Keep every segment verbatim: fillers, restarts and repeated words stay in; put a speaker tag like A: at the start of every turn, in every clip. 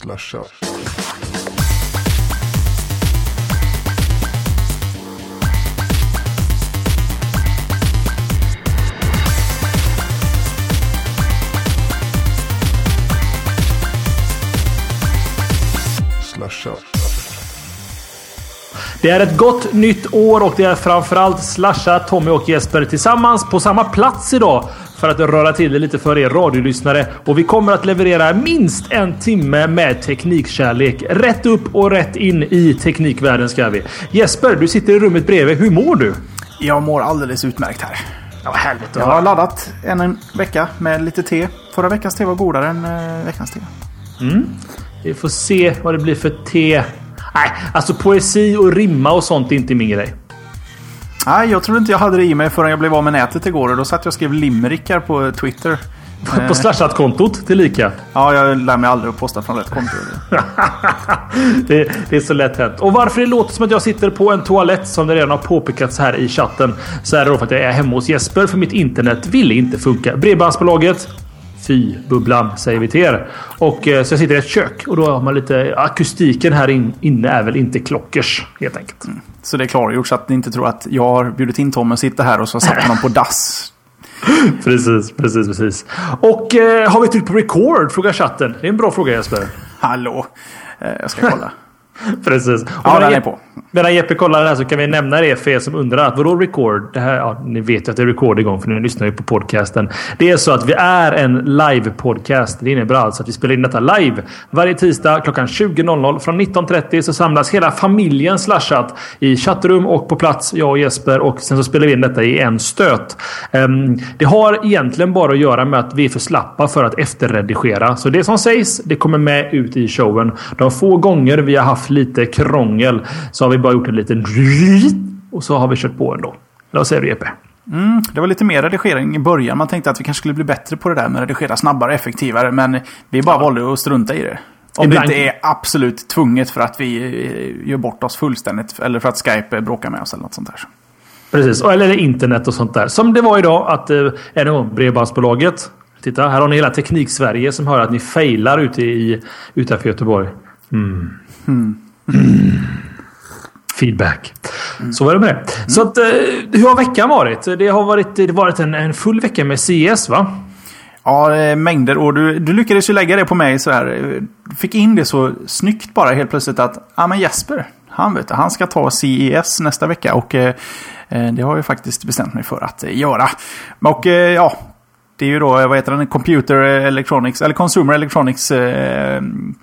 A: Slasha. Slasha.
B: Det är ett gott nytt år och det är framförallt Slasha, Tommy och Jesper tillsammans på samma plats idag för att röra till det lite för er radiolyssnare. Och vi kommer att leverera minst en timme med teknikkärlek. Rätt upp och rätt in i teknikvärlden ska vi. Jesper, du sitter i rummet bredvid. Hur mår du?
C: Jag mår alldeles utmärkt här.
B: Ja, härligt.
C: Jag har laddat en, en vecka med lite te. Förra veckans te var godare än äh, veckans te.
B: Mm. Vi får se vad det blir för te. Nej, alltså poesi och rimma och sånt är inte min grej.
C: Nej, jag trodde inte jag hade det i mig förrän jag blev av med nätet igår. Och då satt jag och skrev limerickar på Twitter.
B: På Slashat-kontot till lika.
C: Ja, jag lär mig aldrig att posta från rätt konto.
B: det, det är så lätt hänt. Och varför det låter som att jag sitter på en toalett som det redan har påpekats här i chatten, så är det då för att jag är hemma hos Jesper, för mitt internet ville inte funka. Bredbandsbolaget, fy bubblan, säger vi till er. Och eh, så jag sitter i ett kök och då har man lite akustiken här in, inne är väl inte klockers helt enkelt. Mm.
C: Så det är klargjort så att ni inte tror att jag har bjudit in Tom och sitter här och så satt honom på dass.
B: Precis, precis, precis. Och eh, har vi tryckt på record? Frågar chatten. Det är en bra fråga, Jesper.
C: Hallå, eh, jag ska kolla.
B: Precis. Och
C: ja, den är
B: Jeppe,
C: på.
B: Medan Jeppe kollar det här så kan vi nämna det för er som undrar att vadå record? Det här, ja, ni vet ju att det är record igång för ni lyssnar ju på podcasten. Det är så att vi är en live-podcast. Det innebär alltså att vi spelar in detta live varje tisdag klockan tjugo från nitton trettio så samlas hela familjen Slashat i chattrum och på plats, jag och Jesper, och sen så spelar vi in detta i en stöt. Um, det har egentligen bara att göra med att vi är för slappa för att efterredigera. Så det som sägs, det kommer med ut i showen. De få gånger vi har haft lite krångel så har vi bara gjort en liten och så har vi kört på ändå. Vad säger du, Jeppe?
C: Mm, det var lite mer redigering i början. Man tänkte att vi kanske skulle bli bättre på det där med att redigera snabbare och effektivare, men vi bara ja. valde att strunta i det. Om Ibland... det inte är absolut tvunget för att vi gör bort oss fullständigt eller för att Skype bråkar med oss eller något sånt där.
B: Precis, eller internet och sånt där. Som det var idag att eh, en gång Bredbandsbolaget. Titta, här har ni hela Teknik-Sverige som hör att ni failar ute i utanför Göteborg. Mm. Mm. Mm. Feedback. Mm. Så var det med det. Mm. Så att, hur har veckan varit? Det har varit, det varit en, en full vecka med C S, va?
C: Ja, mängder. Och du, du lyckades ju lägga det på mig så här. Fick in det så snyggt bara helt plötsligt att ja, men Jesper, han vet han ska ta C E S nästa vecka. Och eh, det har jag faktiskt bestämt mig för att eh, göra. Och eh, ja, det är ju då, vad heter den? Computer Electronics, eller Consumer Electronics eh,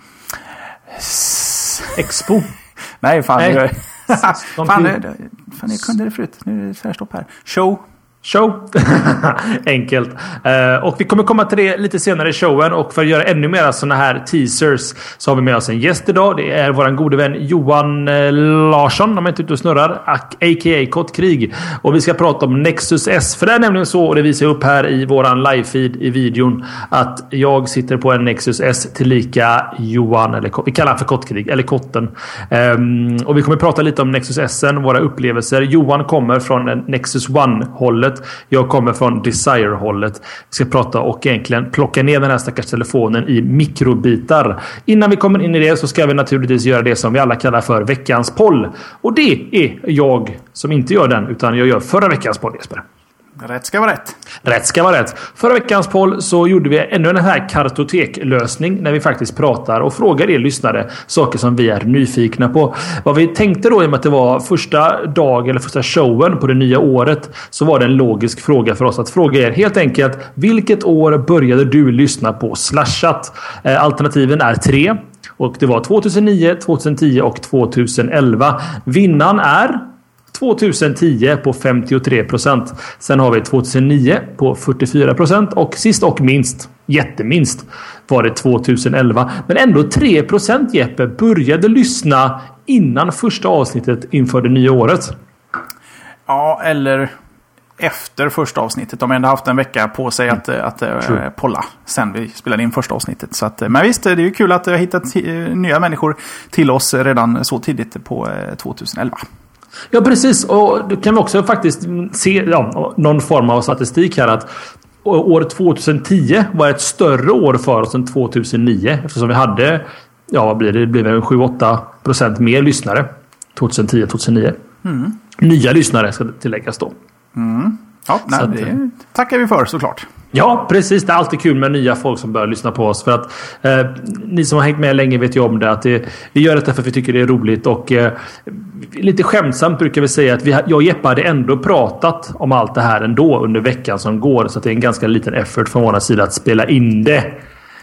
B: Expo.
C: Nej, fan.
B: Nej.
C: Jag, fan, det, fan, jag kunde det förut. Nu är det stopp här. Show.
B: Show. Enkelt. Uh, och vi kommer komma till det lite senare i showen. Och för att göra ännu mer sådana här teasers så har vi med oss en gäst idag. Det är vår gode vän Johan uh, Larsson. De är inte ute och snurrar. A K A Kottkrig. Och vi ska prata om Nexus S. För det är nämligen så, och det visar upp här i våran live-feed i videon, att jag sitter på en Nexus S tillika Johan, eller vi kallar han för Kottkrig, eller Kotten. Um, och vi kommer prata lite om Nexus S, våra upplevelser. Johan kommer från en Nexus One-hållet. Jag kommer från Desire-hållet. Vi ska prata och egentligen plocka ner den här stackars telefonen i mikrobitar. Innan vi kommer in i det så ska vi naturligtvis göra det som vi alla kallar för veckans poll. Och det är jag som inte gör den, utan jag gör förra veckans poll, Jesper.
C: Rätt ska vara rätt.
B: Rätt ska vara rätt. Förra veckans poll så gjorde vi ännu en här kartoteklösning när vi faktiskt pratar och frågar er lyssnare saker som vi är nyfikna på. Vad vi tänkte då, i och med att det var första dag eller första showen på det nya året, så var det en logisk fråga för oss att fråga er helt enkelt: vilket år började du lyssna på Slashat? Eh, alternativen är tre. Och det var tjugohundranio, tjugohundratio och tjugohundraelva. Vinnaren är tjugohundratio på femtiotre procent. Sen har vi tjugohundranio på fyrtiofyra procent. Och sist och minst, jätteminst, var det tjugohundraelva. Men ändå tre procent, Jeppe, började lyssna innan första avsnittet inför det nya året.
C: Ja, eller efter första avsnittet. De har ändå haft en vecka på sig att, mm. att, att äh, polla sen vi spelade in första avsnittet. Så att, men visst, det är ju kul att jag har hittat nya människor till oss redan så tidigt på äh, tjugohundraelva.
B: Ja, precis. Och du kan också faktiskt se ja, någon form av statistik här att år tjugohundratio var ett större år för oss än tjugohundranio, eftersom vi hade ja, vad blir det? Det blir väl sju åtta procent mer lyssnare tjugohundratio tjugohundranio. Mm. Nya lyssnare ska tilläggas då.
C: Mm. Ja, nej, att, det tackar vi för såklart.
B: Ja, precis. Det är alltid kul med nya folk som börjar lyssna på oss. För att eh, ni som har hängt med länge vet ju om det. Att det, vi gör det för att vi tycker det är roligt. Och eh, lite skämtsamt brukar vi säga att vi, jag och Jeppe hade ändå pratat om allt det här ändå under veckan som går. Så att det är en ganska liten effort från vår sida att spela in det.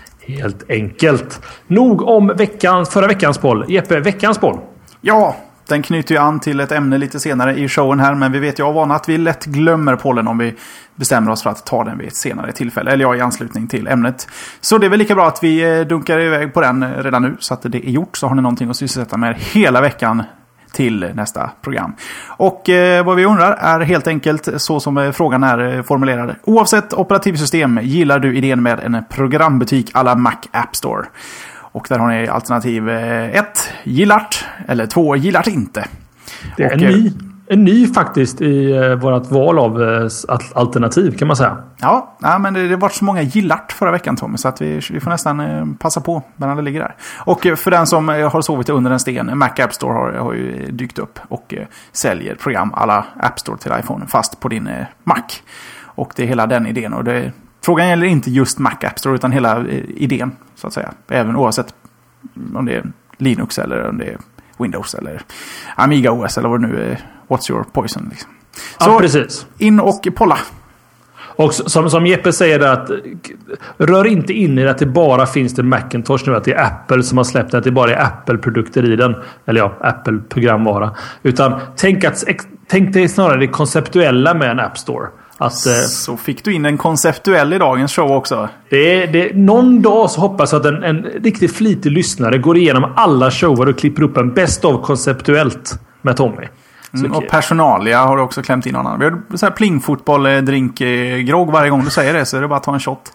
B: Helt enkelt. Nog om veckan, förra veckans poll. Jeppe, veckans poll.
C: Ja, den knyter ju an till ett ämne lite senare i showen här. Men vi vet ju av vana att vi lätt glömmer pollen om vi bestämmer oss för att ta den vid ett senare tillfälle. Eller ja, i anslutning till ämnet. Så det är väl lika bra att vi dunkar iväg på den redan nu. Så att det är gjort, så har ni någonting att sysselsätta med hela veckan till nästa program. Och eh, vad vi undrar är helt enkelt så som frågan är formulerad. Oavsett operativsystem, gillar du idén med en programbutik alla Mac App Store? Och där har ni alternativ ett, gillart, eller två, gillart inte.
B: Det är
C: och,
B: en, ny, en ny faktiskt i uh, vårt val av uh, alternativ kan man säga.
C: Ja, ja men det, det var så många gillart förra veckan, Tommy, så att vi, vi får nästan uh, passa på när det ligger där. Och uh, för den som uh, har sovit under en sten, Mac App Store har, har ju dykt upp och uh, säljer program alla App Store till iPhone fast på din uh, Mac. Och det är hela den idén, och det frågan gäller inte just Mac App Store utan hela uh, idén, så att säga. Även oavsett om det är Linux eller om det är Windows eller Amiga O S eller vad det nu är. What's your poison liksom. Så
B: ja, precis.
C: In och polla.
B: Och som, som Jeppe säger att rör inte in i att det bara finns det Macintosh nu, att det är Apple som har släppt det, att det bara är Apple-produkter i den. Eller ja, Apple-programvara. Utan tänk, att, tänk dig snarare det konceptuella med en App Store. Att,
C: så fick du in en konceptuell i dagens show också.
B: Det är, det är, någon dag så hoppas jag att en, en riktigt flitig lyssnare går igenom alla shower och klipper upp en best of konceptuellt med Tommy.
C: Mm, och personalia har du också klämt in någon annan. Vi har så här plingfotboll, drink, grogg varje gång du säger det, så är det bara att ta en shot.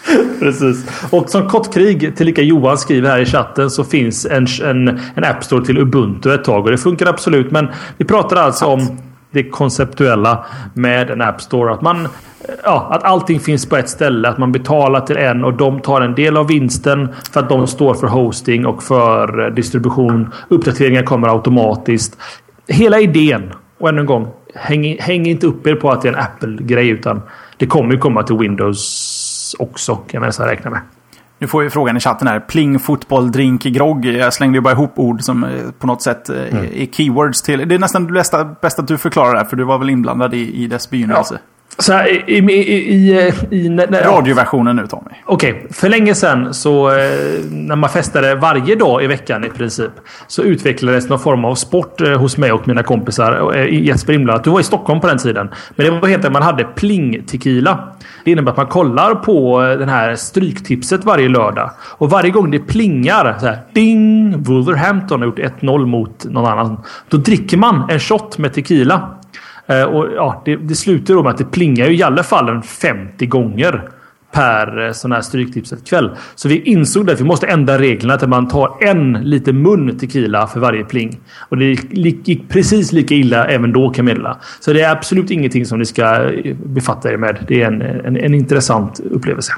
B: Precis. Och som kortkrig till lika Johan skriver här i chatten så finns en, en, en App Store till Ubuntu ett tag och det funkar absolut, men vi pratar alltså om det konceptuella med en App Store, att man ja, att allting finns på ett ställe, att man betalar till en och de tar en del av vinsten för att de står för hosting och för distribution. Uppdateringar kommer automatiskt. Hela idén, och än en gång, häng, häng inte upp er på att det är en Apple-grej, utan det kommer ju komma till Windows också, kan man nästan räkna med.
C: Nu får vi frågan i chatten här. Pling, fotboll, drink, grogg. Jag slängde ju bara ihop ord som på något sätt mm. är keywords till. Det är nästan det bästa, bästa att du förklarar det här, för du var väl inblandad i, i dess begynnelse. Ja. Så här, i, i, i, i, i när, radioversionen nu, Tommy.
B: Okej, okay. För länge sedan så när man festade varje dag i veckan i princip, så utvecklades någon form av sport hos mig och mina kompisar i Jesper inblandat. Du var i Stockholm på den tiden. Men det var helt att man hade pling-tequila. Det innebär att man kollar på den här stryktipset varje lördag. Och varje gång det plingar så här, ding, Wolverhampton har gjort ett noll mot någon annan. Då dricker man en shot med tequila. Och ja, det, det slutar då med att det plingar ju i alla fall en femtio gånger per sån här stryktipset kväll. Så vi insåg att vi måste ändra reglerna till att man tar en liten mun tequila för varje pling. Och det gick precis lika illa även då, kan jag meddela. Så det är absolut ingenting som ni ska befatta er med. Det är en, en, en intressant upplevelse.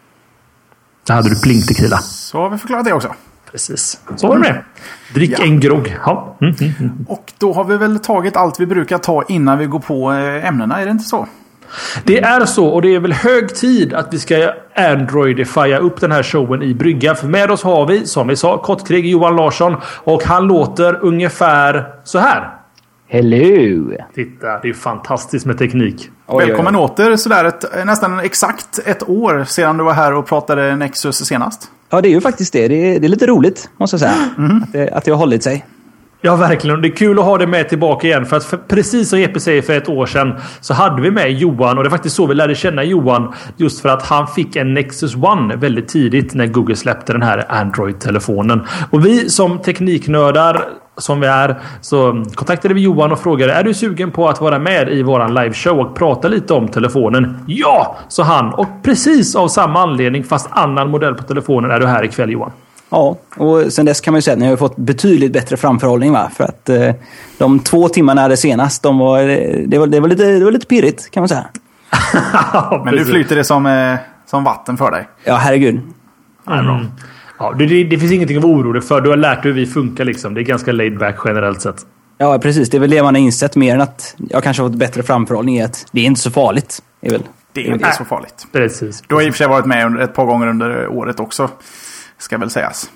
B: Så hade du pling tequila.
C: Så har vi förklarat det också.
B: Precis. Så var det med. Drick ja. en grogg. Ja. Mm, mm, mm.
C: Och då har vi väl tagit allt vi brukar ta innan vi går på ämnena, är det inte så?
B: Det är så, och det är väl hög tid att vi ska Androidifya upp den här showen i brygga. För med oss har vi, som vi sa, kortkrig Johan Larsson, och han låter ungefär så här.
A: Hello!
B: Titta, det är fantastiskt med teknik.
C: Oj, Välkommen oj, oj. åter, sådär ett, nästan exakt ett år sedan du var här och pratade Nexus senast.
A: Ja, det är ju faktiskt det. Det är, det är lite roligt, måste jag säga. Mm. Att, det, att det har hållit sig.
B: Ja, verkligen. Det är kul att ha det med tillbaka igen. För att för, precis som Jeppe säger, för ett år sedan så hade vi med Johan. Och det är faktiskt så vi lärde känna Johan. Just för att han fick en Nexus One väldigt tidigt när Google släppte den här Android-telefonen. Och vi som tekniknördar som vi är, så kontaktade vi Johan och frågade: är du sugen på att vara med i våran liveshow och prata lite om telefonen? Ja, sa han. Och precis av samma anledning, fast annan modell på telefonen, är du här ikväll, Johan.
A: Ja, och sen dess kan man ju säga att ni har fått betydligt bättre framförhållning, va? För att eh, de två timmarna det senast, de var, det, var, det, var lite, det var lite pirrigt, kan man säga.
C: Men nu flyter det som, eh, som vatten för dig.
A: Ja, herregud.
B: Mm. Ja, det, det, det finns ingenting att vara orolig för. Du har lärt dig hur vi funkar liksom. Det är ganska laid back generellt sett.
A: Ja, precis. Det är väl det man har insett mer än att jag kanske har fått bättre framförhållning i att det är inte så farligt. Det är väl
C: det är inte så farligt.
B: Precis.
C: Du har i och för sig varit med ett par gånger under året också, ska väl sägas.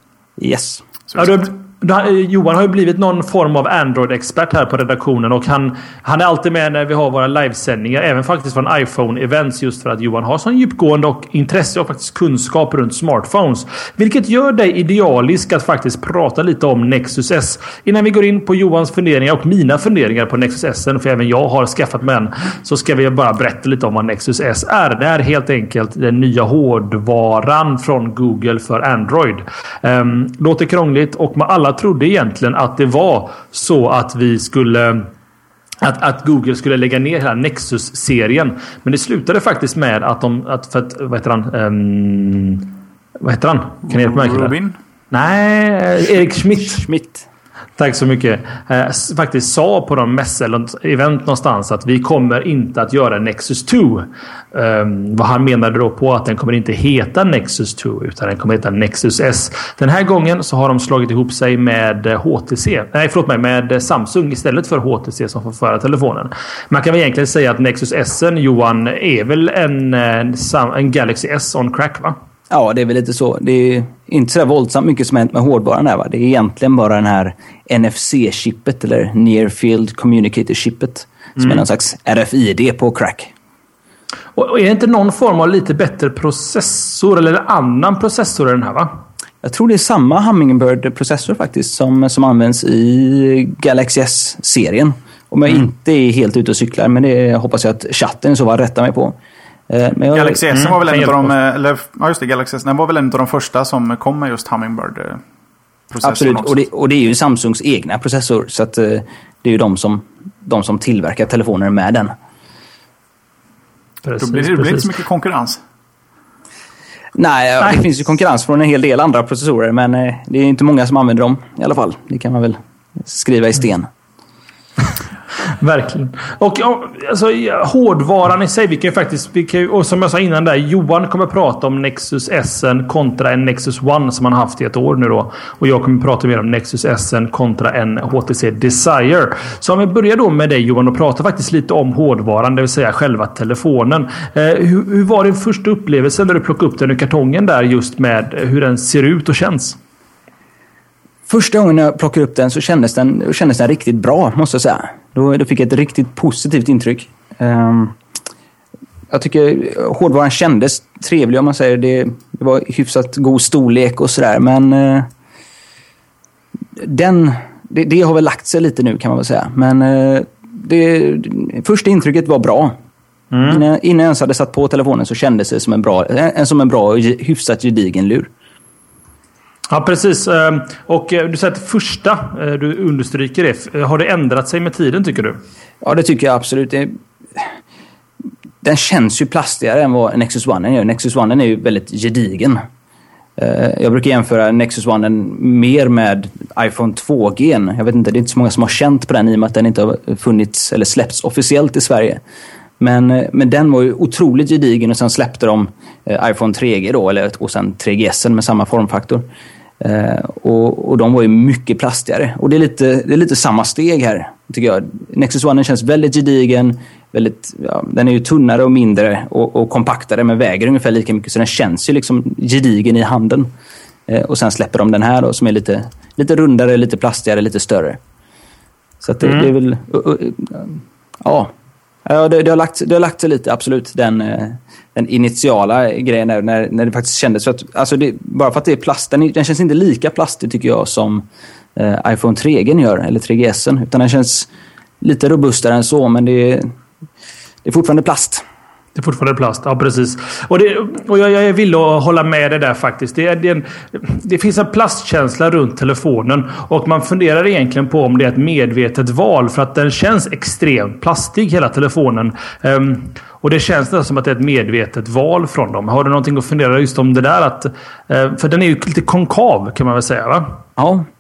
A: Yes.
B: Ja, du, du, Johan har ju blivit någon form av Android-expert här på redaktionen och han, han är alltid med när vi har våra livesändningar, även faktiskt från iPhone-events, just för att Johan har sån djupgående och intresse och faktiskt kunskap runt smartphones. Vilket gör dig idealisk att faktiskt prata lite om Nexus S. Innan vi går in på Johans funderingar och mina funderingar på Nexus S, för även jag har skaffat med en, så ska vi bara berätta lite om vad Nexus S är. Det är helt enkelt den nya hårdvaran från Google för Android. Um, låter krångligt och med alla trodde egentligen att det var så att vi skulle att, att Google skulle lägga ner hela Nexus-serien, men det slutade faktiskt med att de att för att vad heter han um, vad heter han? Kan ni hjälpa mig?
C: Robin?
B: Nej, Erik Schmidt.
A: Schmidt.
B: Tack så mycket. Eh, faktiskt sa på någon mässa eller event någonstans att vi kommer inte att göra Nexus två. Eh, vad han menade då på att den kommer inte heta Nexus två utan den kommer heta Nexus S. Den här gången så har de slagit ihop sig med H T C. Nej, förlåt mig, med Samsung istället för H T C som får föra telefonen. Man kan väl egentligen säga att Nexus S, Johan, är väl en, en, en Galaxy S on crack, va?
A: Ja, det är väl lite så. Det är inte så våldsamt mycket som hänt med hårdvaran där, va? Det är egentligen bara den här N F C-chippet eller Near Field Communicator-chippet som mm. är någon slags R F I D på crack.
B: Och är det inte någon form av lite bättre processor eller annan processor i den här, va?
A: Jag tror det är samma Hummingbird-processor faktiskt som, som används i Galaxy S-serien. Om jag mm. inte är helt ute och cyklar, men det hoppas jag att chatten så var rätta mig på.
C: Men jag, Galaxy S mm, var väl en av de eller, ja just det, Galaxy S den var väl en av de första som kom med just Hummingbird processorn.
A: Absolut, och det, och det är ju Samsungs egna processor, så att det är ju de som, de som tillverkar telefoner med den.
C: Precis, Då blir det, det blir inte så mycket konkurrens.
A: Nej, Nej, det finns ju konkurrens från en hel del andra processorer, men det är inte många som använder dem i alla fall. Det kan man väl skriva i sten.
B: Verkligen. Och alltså, hårdvaran i sig, vi kan ju faktiskt, vi kan ju, och som jag sa innan där, Johan kommer prata om Nexus S kontra en Nexus One som han haft i ett år nu då. Och jag kommer prata mer om Nexus S kontra en H T C Desire. Så om vi börjar då med dig, Johan, och prata faktiskt lite om hårdvaran, det vill säga själva telefonen. Eh, hur, hur var din första upplevelse när du plockade upp den ur kartongen där, just med hur den ser ut och känns?
A: Första gången jag plockade upp den så kändes den, kändes den riktigt bra, måste jag säga. Då, då fick jag ett riktigt positivt intryck. Um, jag tycker hårdvaran kändes trevlig, om man säger det. Det var hyfsat god storlek och sådär. Men uh, den, det, det har väl lagt sig lite nu, kan man väl säga. Men uh, det, det första intrycket var bra. Mm. Innan, innan jag ens hade satt på telefonen så kändes det som en bra, en, som en bra och hyfsat gedigen lur.
B: Ja, precis. Och du säger att första, du understryker det. Har det ändrat sig med tiden, tycker du?
A: Ja, det tycker jag absolut. Det, den känns ju plastigare än vad Nexus One gör. Nexus One är ju väldigt gedigen. Jag brukar jämföra Nexus One mer med iPhone två G. Jag vet inte, det är inte så många som har känt på den i och med att den inte har funnits eller släppts officiellt i Sverige. Men, men den var ju otroligt gedigen och sen släppte de iPhone tre G då, eller, och sen tre G S med samma formfaktor. Uh, och, och de var ju mycket plastigare. Och det är lite, det är lite samma steg här, tycker jag. Nexus One känns väldigt gedigen. Väldigt, ja, den är ju tunnare och mindre och, och kompaktare, men väger ungefär lika mycket. Så den känns ju liksom gedigen i handen. Uh, och sen släpper de den här då, som är lite, lite rundare, lite plastigare, lite större. Så att det, mm. det är väl... Uh, uh, uh, ja, ja det, det, har lagt, det har lagt sig lite, absolut. Den... Uh, Den initiala grejen är när, när det faktiskt kändes så att, alltså det, bara för att det är plast, den, den känns inte lika plastig tycker jag som eh, iPhone tre G gör, eller tre G S, utan den känns lite robustare än så, men det är, det är fortfarande plast.
B: Det är fortfarande plast, ja precis. Och, det, och jag, jag vill hålla med det där faktiskt. Det, är, det, är en, det finns en plastkänsla runt telefonen och man funderar egentligen på om det är ett medvetet val, för att den känns extremt plastig, hela telefonen. Um, och det känns nästan som att det är ett medvetet val från dem. Har du någonting att fundera just om det där? Att, uh, för den är ju lite konkav, kan man väl säga, va?
A: Ja,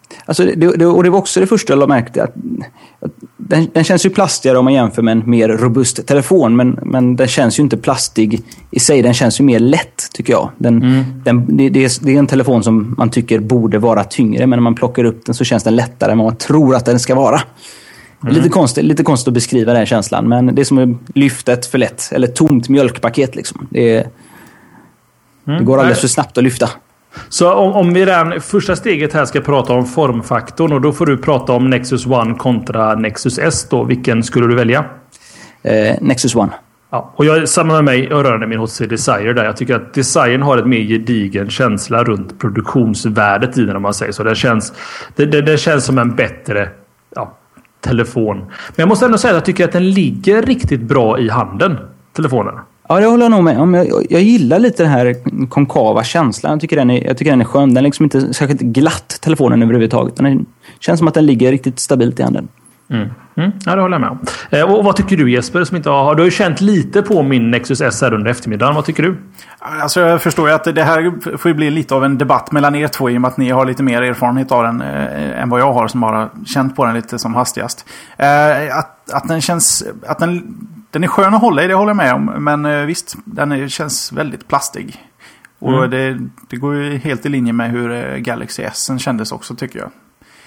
A: Alltså det, det, och det var också det första jag märkte att, att den, den känns ju plastigare om man jämför med en mer robust telefon, men, men den känns ju inte plastig i sig, den känns ju mer lätt tycker jag. Den, mm. den, det, det, är, det är en telefon som man tycker borde vara tyngre, men när man plockar upp den så känns den lättare än vad man tror att den ska vara. Mm. Lite konstigt, lite konstigt att beskriva den känslan, men det är som att lyfta ett för lätt eller tomt mjölkpaket liksom. Det, är, mm. det går alldeles för snabbt att lyfta.
B: Så om, om vi redan första steget här ska prata om formfaktorn, och då får du prata om Nexus One kontra Nexus S då. Vilken skulle du välja?
A: Eh, Nexus One.
B: Ja, och jag samma med mig rörande min H T C Desire där. Jag tycker att design har ett mer gedigen känsla runt produktionsvärdet i den, om man säger så. Det känns, det, det, det känns som en bättre ja, telefon. Men jag måste ändå säga att jag tycker att den ligger riktigt bra i handen, telefonen.
A: Ja, det håller jag nog med om. Jag, jag gillar lite den här konkava känslan. Jag tycker den är, jag tycker den är skön. Den är liksom inte särskilt glatt, telefonen överhuvudtaget. Den känns som att den ligger riktigt stabilt i handen.
B: Mm. Mm. Ja, det håller jag med om. Eh, och vad tycker du, Jesper, som inte har... Du har ju känt lite på min Nexus S här under eftermiddagen. Vad tycker du?
C: Alltså jag förstår ju att det här får ju bli lite av en debatt mellan er två, i och med att ni har lite mer erfarenhet av den eh, än vad jag har, som bara känt på den lite som hastigast. Eh, att, att den känns... Att den, den är skön att hålla i, det håller jag med om. Men eh, visst, den är, känns väldigt plastig. Och mm. det, det går ju helt i linje med hur eh, Galaxy S kändes också, tycker jag.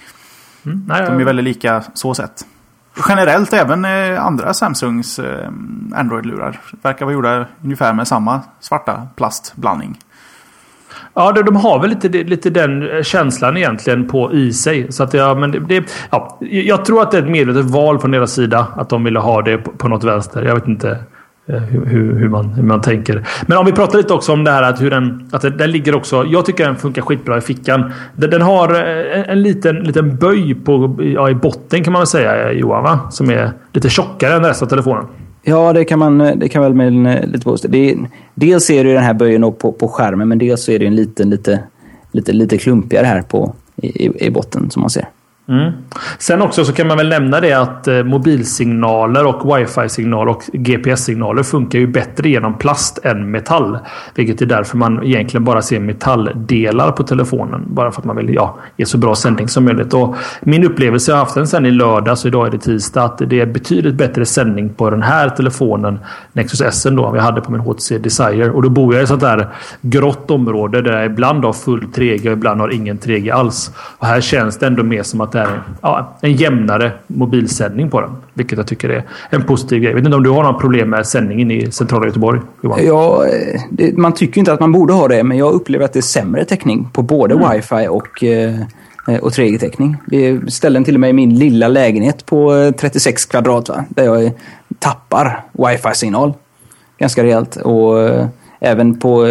C: Mm. Nej, de är väldigt lika så sett. Generellt även eh, andra Samsungs eh, Android-lurar verkar vara gjorda ungefär med samma svarta plastblandning.
B: Ja, de, de har väl lite, lite den känslan egentligen på i sig. Så att ja, men det, det, ja, jag tror att det är ett medvetet val från deras sida att de ville ha det på, på något vänster. Jag vet inte hur, hur, hur, man, hur man tänker. Men om vi pratar lite också om det här att hur den, att det, den ligger också. Jag tycker den funkar skitbra i fickan. Den, den har en, en liten, liten böj på, ja, i botten kan man väl säga, Johan, va? Som är lite tjockare än resten av telefonen.
A: Ja, det kan man det kan väl med lite på. Det är, dels är det den här böjen på, på skärmen, men dels är det en liten lite lite lite klumpigare här på i, i botten som man ser.
B: Mm. Sen också så kan man väl nämna det att eh, mobilsignaler och wifi-signaler och G P S-signaler funkar ju bättre genom plast än metall. Vilket är därför man egentligen bara ser metalldelar på telefonen. Bara för att man vill ja, ge så bra sändning som möjligt. Och min upplevelse, jag har haft den sen i lördag, så idag är det tisdag, att det är betydligt bättre sändning på den här telefonen Nexus S då vi hade på min H T C Desire. Och då bor jag i ett sånt där grått område där jag ibland har full tre G och ibland har ingen tre G alls. Och här känns det ändå mer som att det är ja, en jämnare mobilsändning på den. Vilket jag tycker är en positiv grej. Jag vet inte om du har någon problem med sändningen i centrala Göteborg, Johan?
A: Ja, det, man tycker inte att man borde ha det, men jag upplever att det är sämre täckning på både mm. wifi och, och tre G-täckning. Det är ställen till och med i min lilla lägenhet på trettiosex kvadrat, va? Där jag tappar wifi-signal ganska rejält. Och även på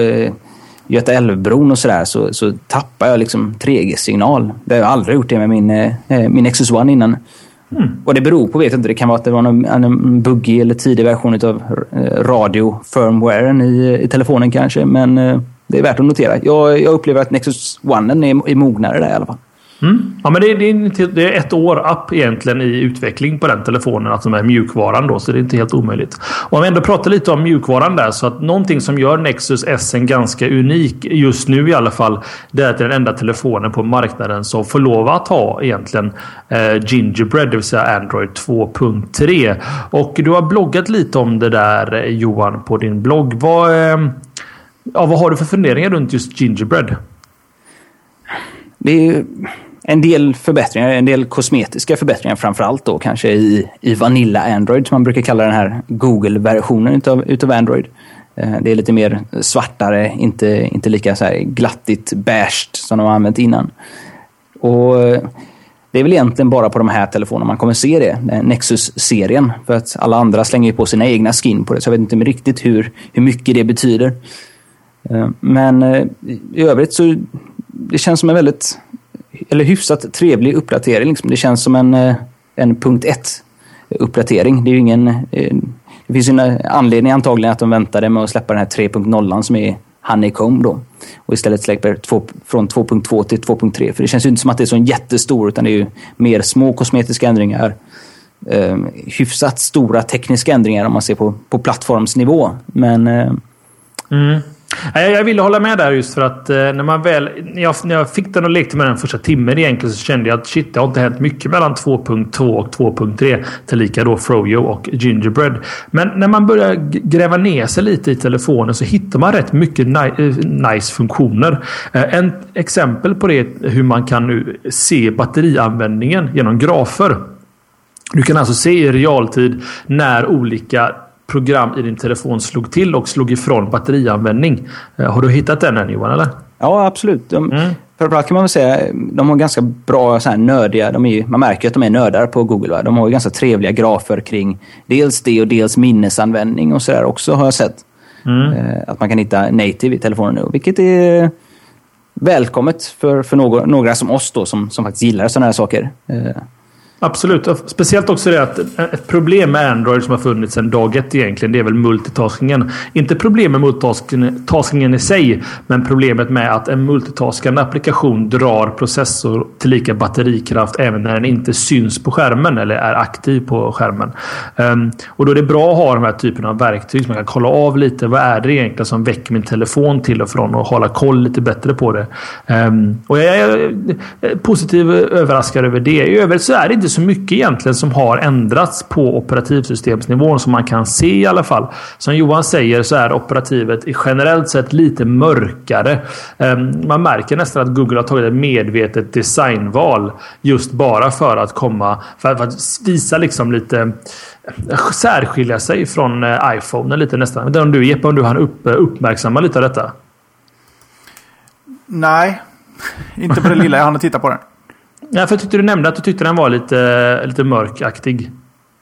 A: Göta älvbron och sådär så, så tappar jag liksom tre G-signal. Det har jag aldrig gjort det med min, eh, min Nexus One innan. Mm. Och det beror på, vet jag inte, det kan vara att det var någon, en buggig eller tidig version av eh, radio-firmwaren i, i telefonen kanske. Men eh, det är värt att notera. Jag, jag upplever att Nexus One är, är mognare där i alla fall.
B: Mm. Ja, men det är, det, är, det är ett år upp egentligen i utveckling på den telefonen, alltså med mjukvaran då, så det är inte helt omöjligt. Och om vi ändå pratar lite om mjukvaran där, så att någonting som gör Nexus S en ganska unik just nu i alla fall, det är att det är den enda telefonen på marknaden som får lov att ha egentligen eh, Gingerbread, det vill säga Android två punkt tre. Och du har bloggat lite om det där, Johan, på din blogg. Vad, eh, ja, vad har du för funderingar runt just Gingerbread?
A: Det är en del förbättringar, en del kosmetiska förbättringar framförallt då kanske i, i Vanilla Android, som man brukar kalla den här Google-versionen utav, utav Android. Det är lite mer svartare, inte, inte lika så här glattigt beige som de har använt innan. Och det är väl egentligen bara på de här telefonerna man kommer se det, Nexus-serien, för att alla andra slänger på sina egna skin på det, så jag vet inte riktigt hur, hur mycket det betyder. Men i övrigt så det känns som en väldigt eller hyfsat trevlig uppdatering. Liksom. Det känns som en, en punkt ett uppdatering. Det är ju ingen, det finns ju en anledning antagligen att de väntade med att släppa den här tre punkt noll som är Honeycomb då. Och istället släpper två, från två punkt två till två punkt tre. För det känns ju inte som att det är så jättestor, utan det är ju mer små kosmetiska ändringar. Eh, hyfsat stora tekniska ändringar om man ser på, på plattformsnivå. Men... Eh,
B: mm. Jag, jag ville hålla med där just för att eh, när man väl när jag, när jag fick den och lekte med den första timmen egentligen så kände jag att shit, det har inte hänt mycket mellan två punkt två och två punkt tre tillika då Froyo och Gingerbread. Men när man börjar gräva ner sig lite i telefonen så hittar man rätt mycket ni- nice funktioner. Eh, en exempel på det är hur man kan nu se batterianvändningen genom grafer. Du kan alltså se i realtid när olika program i din telefon slog till och slog ifrån batterianvändning. Har du hittat den än, Johan, eller?
A: Ja, absolut. De, mm. Framförallt kan man väl säga de har ganska bra så här nördiga, de är ju, man märker att de är nördar på Google. Va? De har ju ganska trevliga grafer kring dels det och dels minnesanvändning och sådär också har jag sett. Mm. Eh, att man kan hitta native i telefonen nu, vilket är välkommet för, för några, några som oss då som, som faktiskt gillar sådana här saker. Eh,
B: Absolut. Speciellt också det att ett problem med Android som har funnits sedan dag ett egentligen, det är väl multitaskingen. Inte problem med multitaskingen i sig, men problemet med att en multitaskande applikation drar processor till lika batterikraft även när den inte syns på skärmen eller är aktiv på skärmen. Um, och då är det bra att ha de här typen av verktyg så man kan kolla av lite vad är det egentligen som väcker min telefon till och från och hålla koll lite bättre på det. Um, och jag är positiv överraskad över det. I övrigt så är det inte så mycket egentligen som har ändrats på operativsystemsnivån som man kan se i alla fall. Som Johan säger så är operativet generellt sett lite mörkare. Man märker nästan att Google har tagit ett medvetet designval just bara för att komma för att visa liksom lite särskilja sig från iPhone lite nästan. Men om du Jeppe, om du hann upp, uppmärksamma lite av detta?
C: Nej, inte på det lilla jag hann titta på den.
B: Ja, för jag tyckte du nämnde att du tyckte den var lite, lite mörkaktig.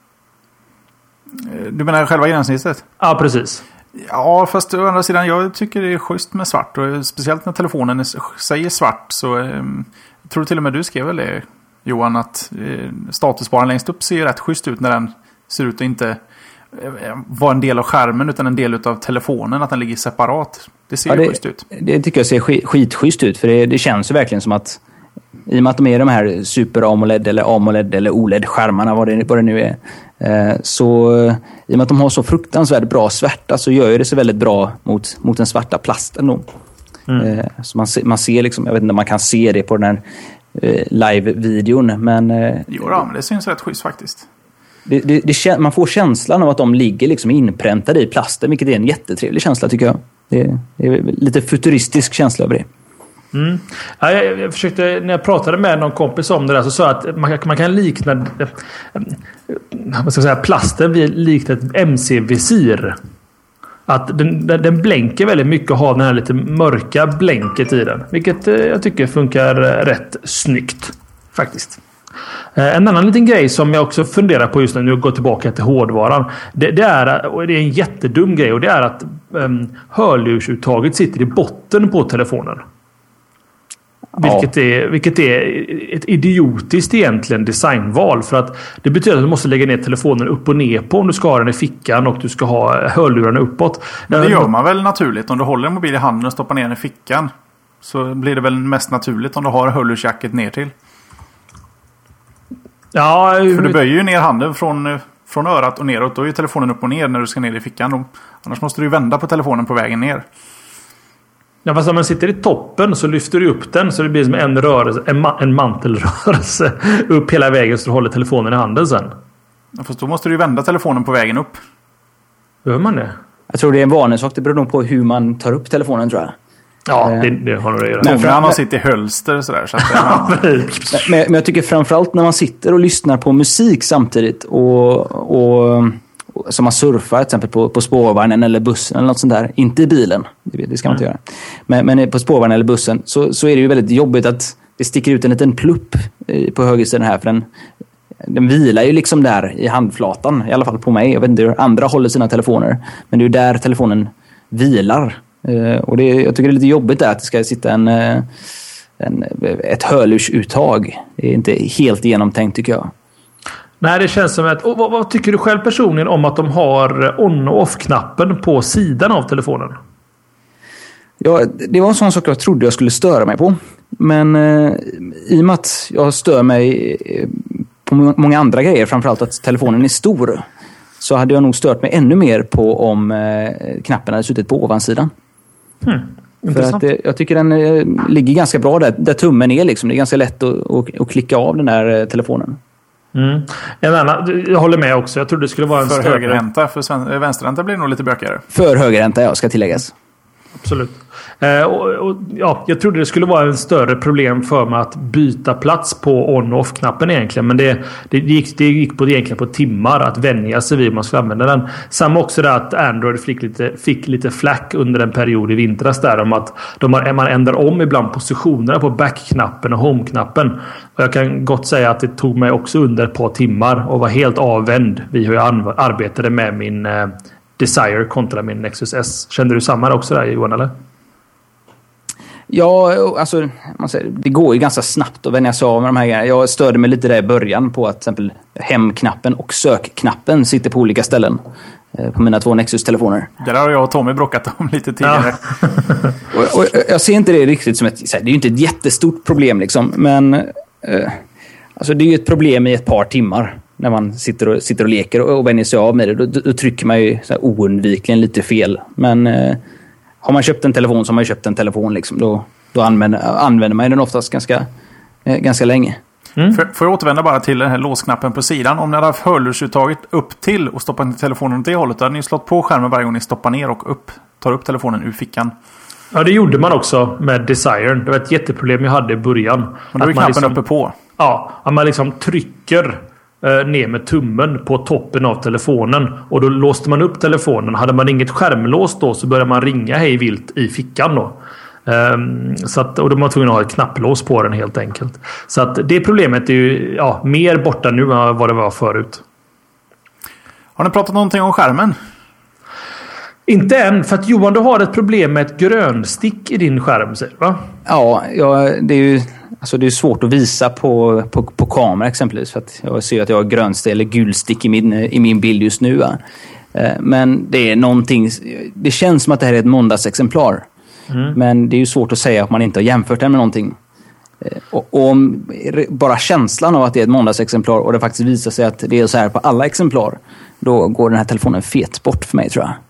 C: Du menar själva gränssnittet?
B: Ja, precis.
C: Ja, fast å andra sidan, jag tycker det är schysst med svart. Och speciellt när telefonen säger svart så eh, tror till och med du skrev väl det, Johan, att eh, statusbaren längst upp ser rätt schysst ut när den ser ut att inte eh, vara en del av skärmen utan en del av telefonen, att den ligger separat. Det ser ja,
A: det,
C: schysst ut.
A: Det tycker jag ser skit, skitschysst ut, för det, det känns ju verkligen som att i och med att de är de här Super AMOLED eller AMOLED eller O L E D-skärmarna, vad det, vad det nu är. Eh, så i och med att de har så fruktansvärt bra svärta så gör det sig väldigt bra mot, mot den svarta plasten då. Mm. Eh, så man, man ser liksom, jag vet inte om man kan se det på den här eh, live-videon, men... Eh,
C: jo då, men det syns rätt schysst faktiskt.
A: Det, det, det, man får känslan av att de ligger liksom inpräntade i plasten, vilket är en jättetrevlig känsla tycker jag. Det, det är lite futuristisk känsla över det.
B: Mm. Ja, jag, jag försökte, när jag pratade med någon kompis om det där så sa jag att man, man kan likna vad ska jag säga, plasten vid likt ett M C-visir. Att den, den, den blänker väldigt mycket och har den här lite mörka blänket i den. Vilket jag tycker funkar rätt snyggt faktiskt. En annan liten grej som jag också funderar på just när jag går tillbaka till hårdvaran. Det, det är, och det är en jättedum grej, och det är att um, hörlursuttaget sitter i botten på telefonen. Vilket, ja. är, vilket är ett idiotiskt egentligen designval. För att det betyder att du måste lägga ner telefonen upp och ner på om du ska ha den i fickan och du ska ha hörlurarna uppåt.
C: Men det gör man väl naturligt. Om du håller en mobil i handen och stoppar ner den i fickan så blir det väl mest naturligt om du har hörlursjacket ner till.
B: Ja,
C: för du böjer ju ner handen från, från örat och neråt. Då är ju telefonen upp och ner när du ska ner i fickan. Annars måste du vända på telefonen på vägen ner.
B: Ja, fast om man sitter i toppen så lyfter du upp den så det blir som en rörelse, en, ma- en mantelrörelse upp hela vägen så du håller telefonen i handen sen.
C: Ja, fast då måste du ju vända telefonen på vägen upp.
B: Gör man det?
A: Jag tror det är en vanesak. Det beror nog på hur man tar upp telefonen, tror jag.
B: Ja, det, det har nog det att göra.
C: Men fram, man sitter i hölster sådär. Så att, ja.
A: men, men jag tycker framförallt när man sitter och lyssnar på musik samtidigt och... och som man surfar till exempel på, på spårvagnen eller bussen eller något sånt där. Inte i bilen, det, det ska man mm. inte göra. Men, men på spårvagnen eller bussen så, så är det ju väldigt jobbigt att det sticker ut en liten plupp på högersidan här. För den, den vilar ju liksom där i handflatan, i alla fall på mig. Jag vet inte hur andra håller sina telefoner. Men det är ju där telefonen vilar. Och det, jag tycker det är lite jobbigt där att det ska sitta en, en, ett hörlursuttag. Det är inte helt genomtänkt tycker jag.
B: Nej, det känns som att... Och vad, vad tycker du själv personligen om att de har on- och off-knappen på sidan av telefonen?
A: Ja, det var en sån sak jag trodde jag skulle störa mig på. Men eh, i och med att jag stör mig på många andra grejer, framförallt att telefonen är stor, så hade jag nog stört mig ännu mer på om eh, knappen hade suttit på ovansidan.
B: Hmm.
A: För att det, jag tycker den eh, ligger ganska bra där, där tummen är. Liksom. Det är ganska lätt att, att, att klicka av den där eh, telefonen.
B: Mm. En annan, jag håller med också. Jag trodde det skulle vara en
C: för
B: större...
C: högerränta. För sven- vänsterränta blir nog lite bökigare.
A: För högerränta, ja, ska tilläggas.
B: Absolut. Eh, och, och, ja, jag trodde det skulle vara en större problem för mig att byta plats på on- och off-knappen egentligen. Men det, det, gick, det gick på, egentligen på timmar att vänja sig vid om man skulle använda den. Samma också där att Android fick lite, fick lite flack under en period i vintras där om att de har, man ändrar om ibland positionerna på back-knappen och home-knappen. Och jag kan gott säga att det tog mig också under ett par timmar och var helt avvänd vid hur jag arbetade med min eh, Desire kontra min Nexus S. Kände du samma också där, Johan, eller?
A: Ja, alltså man säger, det går ju ganska snabbt att vänja sig av med de här grejerna. Jag störde mig lite där i början på att till exempel hemknappen och sökknappen sitter på olika ställen eh, på mina två Nexus-telefoner.
C: Där har jag och Tommy bråkat om lite tidigare.
B: Ja.
A: och, och, jag ser inte det riktigt som ett... Det är ju inte ett jättestort problem liksom, men eh, alltså det är ju ett problem i ett par timmar när man sitter och, sitter och leker och, och vänjer sig av med det. Då, då, då trycker man ju så här oundvikligen lite fel. Men eh, har man köpt en telefon så har man ju köpt en telefon. Liksom. Då, då använder, använder man den oftast ganska, eh, ganska länge.
C: Mm. För, får jag återvända bara till den här låsknappen på sidan. Om ni hade haft hörlursuttaget upp till och stoppat in telefonen åt det hållet, då hade ni slått på skärmen varje gång ni stoppar ner och upp, tar upp telefonen ur fickan.
B: Ja, det gjorde man också med Desire. Det var ett jätteproblem jag hade i början.
C: Men då är
B: att
C: knappen
B: man liksom,
C: uppe på.
B: Ja, att man liksom trycker eh, ner med tummen på toppen av telefonen. Och då låste man upp telefonen. Hade man inget skärmlås då så började man ringa hej vilt i fickan då. Um, så att, och då var man tvungen att ha ett knapplås på den helt enkelt. Så att det problemet är ju ja, mer borta nu än vad det var förut.
C: Har ni pratat någonting om skärmen?
B: Inte än, för att Johan, du har ett problem med ett grönstick i din skärm, säger du, va?
A: Ja, ja, det är ju alltså det är svårt att visa på, på, på kamera exempelvis. För att jag ser att jag har grönstick eller gulstick i min, i min bild just nu. Va? Men det är någonting... Det känns som att det här är ett måndagsexemplar. Mm. Men det är ju svårt att säga att man inte har jämfört den med någonting. Och, och om bara känslan av att det är ett måndagsexemplar och det faktiskt visar sig att det är så här på alla exemplar, då går den här telefonen fet bort för mig, tror jag.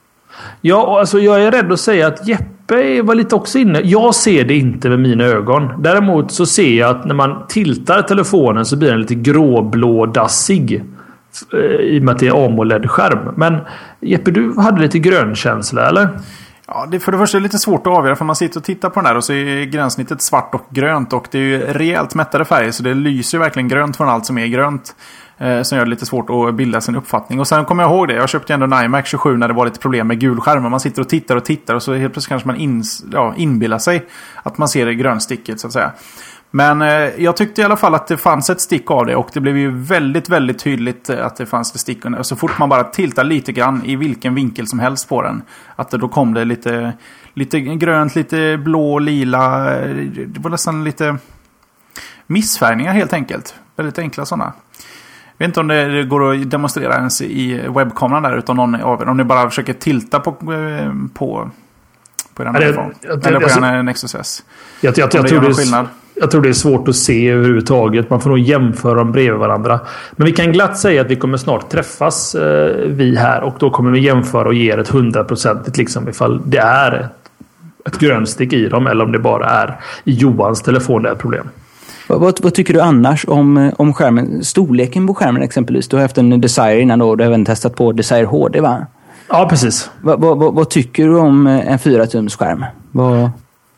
B: Ja, alltså jag är rädd att säga att Jeppe var lite också inne. Jag ser det inte med mina ögon. Däremot så ser jag att när man tiltar telefonen så blir den lite gråblådassig. I och med att det är AMOLED-skärm. Men Jeppe, du hade lite grönkänsla, eller?
C: Ja, det för det första är lite svårt att avgöra, för man sitter och tittar på den här och så är gränssnittet svart och grönt, och det är ju rejält mättade färger, så det lyser verkligen grönt från allt som är grönt, eh, som gör det lite svårt att bilda sin uppfattning. Och sen kommer jag ihåg det, jag köpte ändå en iMac tjugosju när det var lite problem med gulskärmen. Man sitter och tittar och tittar och så helt plötsligt kanske man ins, ja, inbillar sig att man ser det grönsticket, så att säga. Men eh, jag tyckte i alla fall att det fanns ett stick av det, och det blev ju väldigt, väldigt tydligt att det fanns ett stick. Och så fort man bara tiltar lite grann i vilken vinkel som helst på den, att det, då kom det lite, lite grönt, lite blå, lila. Det var nästan lite missfärgningar helt enkelt. Väldigt enkla sådana. Jag vet inte om det går att demonstrera ens i webbkameran där, utan någon av er, om ni bara försöker tilta på på på den här iPhone. Eller på den Nexus S.
B: Jag, jag, jag, jag tror det skillnad. Jag tror det är svårt att se överhuvudtaget. Man får nog jämföra dem bredvid varandra. Men vi kan glatt säga att vi kommer snart träffas eh, vi här. Och då kommer vi jämföra och ge ett hundraprocentigt liksom, ifall det är ett, ett grönstick i dem. Eller om det bara är i Johans telefon det är ett problem.
A: Vad, vad, vad tycker du annars om, om skärmen? Storleken på skärmen exempelvis. Du har haft en Desire innan då. Du har även testat på Desire H D, va?
B: Ja, precis.
A: Vad, vad, vad, vad tycker du om en fyra tums skärm? Vad...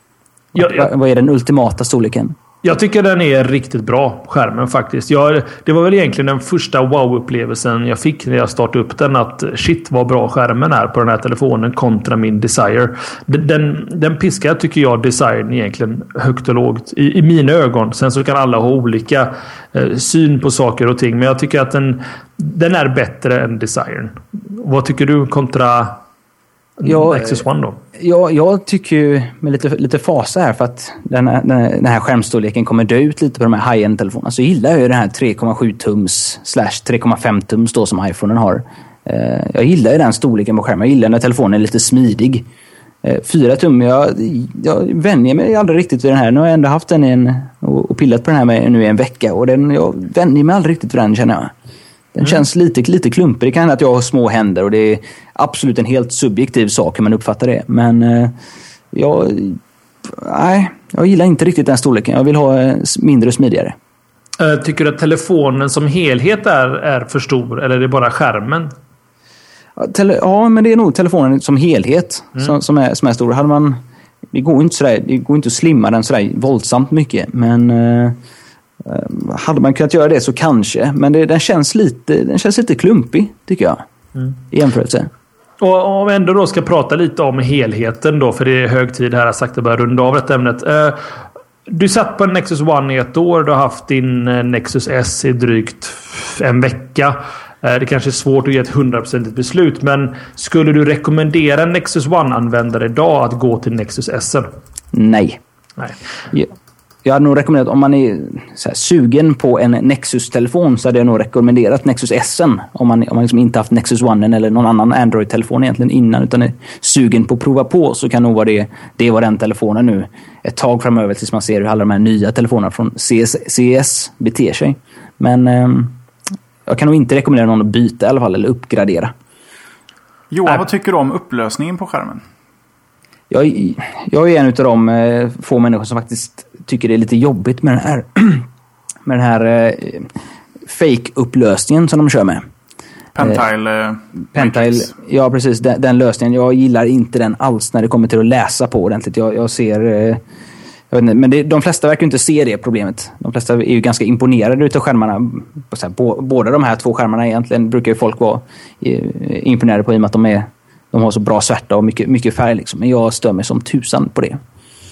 B: Jag, jag,
A: Vad är den ultimata storleken?
B: Jag tycker den är riktigt bra, skärmen faktiskt. Jag, det var väl egentligen den första wow-upplevelsen jag fick när jag startade upp den. Att shit vad bra skärmen är på den här telefonen kontra min Desire. Den, den piskar tycker jag Desiren egentligen högt och lågt. I, i mina ögon. Sen så kan alla ha olika eh, syn på saker och ting. Men jag tycker att den, den är bättre än Desiren. Vad tycker du kontra... Ja, Nexus One då?
A: Ja, jag tycker ju med lite, lite fasa här, för att den här, den här skärmstorleken kommer dö ut lite på de här high-end telefonerna. Så gillar jag ju den här tre komma sju tums slash tre komma fem tums då som iPhonen har. Jag gillar ju den storleken på skärmen. Jag gillar när telefonen är lite smidig. Fyra tum, jag, jag vänjer mig aldrig riktigt vid den här. Nu har jag ändå haft den i en, och pillat på den här med, nu i en vecka. Och den, jag vänjer mig aldrig riktigt vid den, känner jag. Den mm. känns lite, lite klumpig. Det kan hända att jag har små händer och det är absolut en helt subjektiv sak hur man uppfattar det. Men eh, jag, nej, jag gillar inte riktigt den storleken. Jag vill ha mindre och smidigare.
B: Tycker du att telefonen som helhet är, är för stor? Eller är det bara skärmen?
A: Ja, tele, ja men det är nog telefonen som helhet mm. som, som, är, som är stor. Hade man, det går inte sådär, det går inte att slimma den sådär våldsamt mycket. Men eh, hade man kunnat göra det så kanske. Men det, den, känns lite, den känns lite klumpig tycker jag. Mm. I jämförelse.
B: Och om vi ändå då ska prata lite om helheten då. För det är hög tid här, jag sagt att börja runda av detta ämnet. Eh, Du satt på en Nexus One i ett år. Du har haft din Nexus S i drygt en vecka. Det kanske är svårt att ge ett hundraprocentigt beslut. Men skulle du rekommendera en Nexus One-användare idag att gå till Nexus S?
A: Nej.
B: Nej.
A: Jag, jag hade nog rekommenderat, om man är så här, sugen på en Nexus-telefon, så hade jag nog rekommenderat Nexus S. Om man, om man liksom inte haft Nexus One eller någon annan Android-telefon egentligen innan, utan är sugen på att prova på, så kan nog vara det, det var den telefonen nu ett tag framöver tills man ser hur alla de här nya telefonerna från C S, C S beter sig. Men eh, jag kan nog inte rekommendera någon att byta i alla fall, eller uppgradera.
C: Johan, äh, vad tycker du om upplösningen på skärmen?
A: Jag, jag är en av de eh, få människor som faktiskt tycker det är lite jobbigt med den här, med den här eh, fake-upplösningen som de kör med.
C: Pentile. Eh,
A: Pentile, ja precis, den, den lösningen. Jag gillar inte den alls när det kommer till att läsa på ordentligt. Jag, jag ser... Eh, jag vet inte, men det, de flesta verkar inte se det problemet. De flesta är ju ganska imponerade utav skärmarna. Så här, bo, båda de här två skärmarna egentligen brukar ju folk vara eh, imponerade på, i och med att de, är, de har så bra svärta och mycket, mycket färg. Liksom. Men jag stör mig som tusan på det.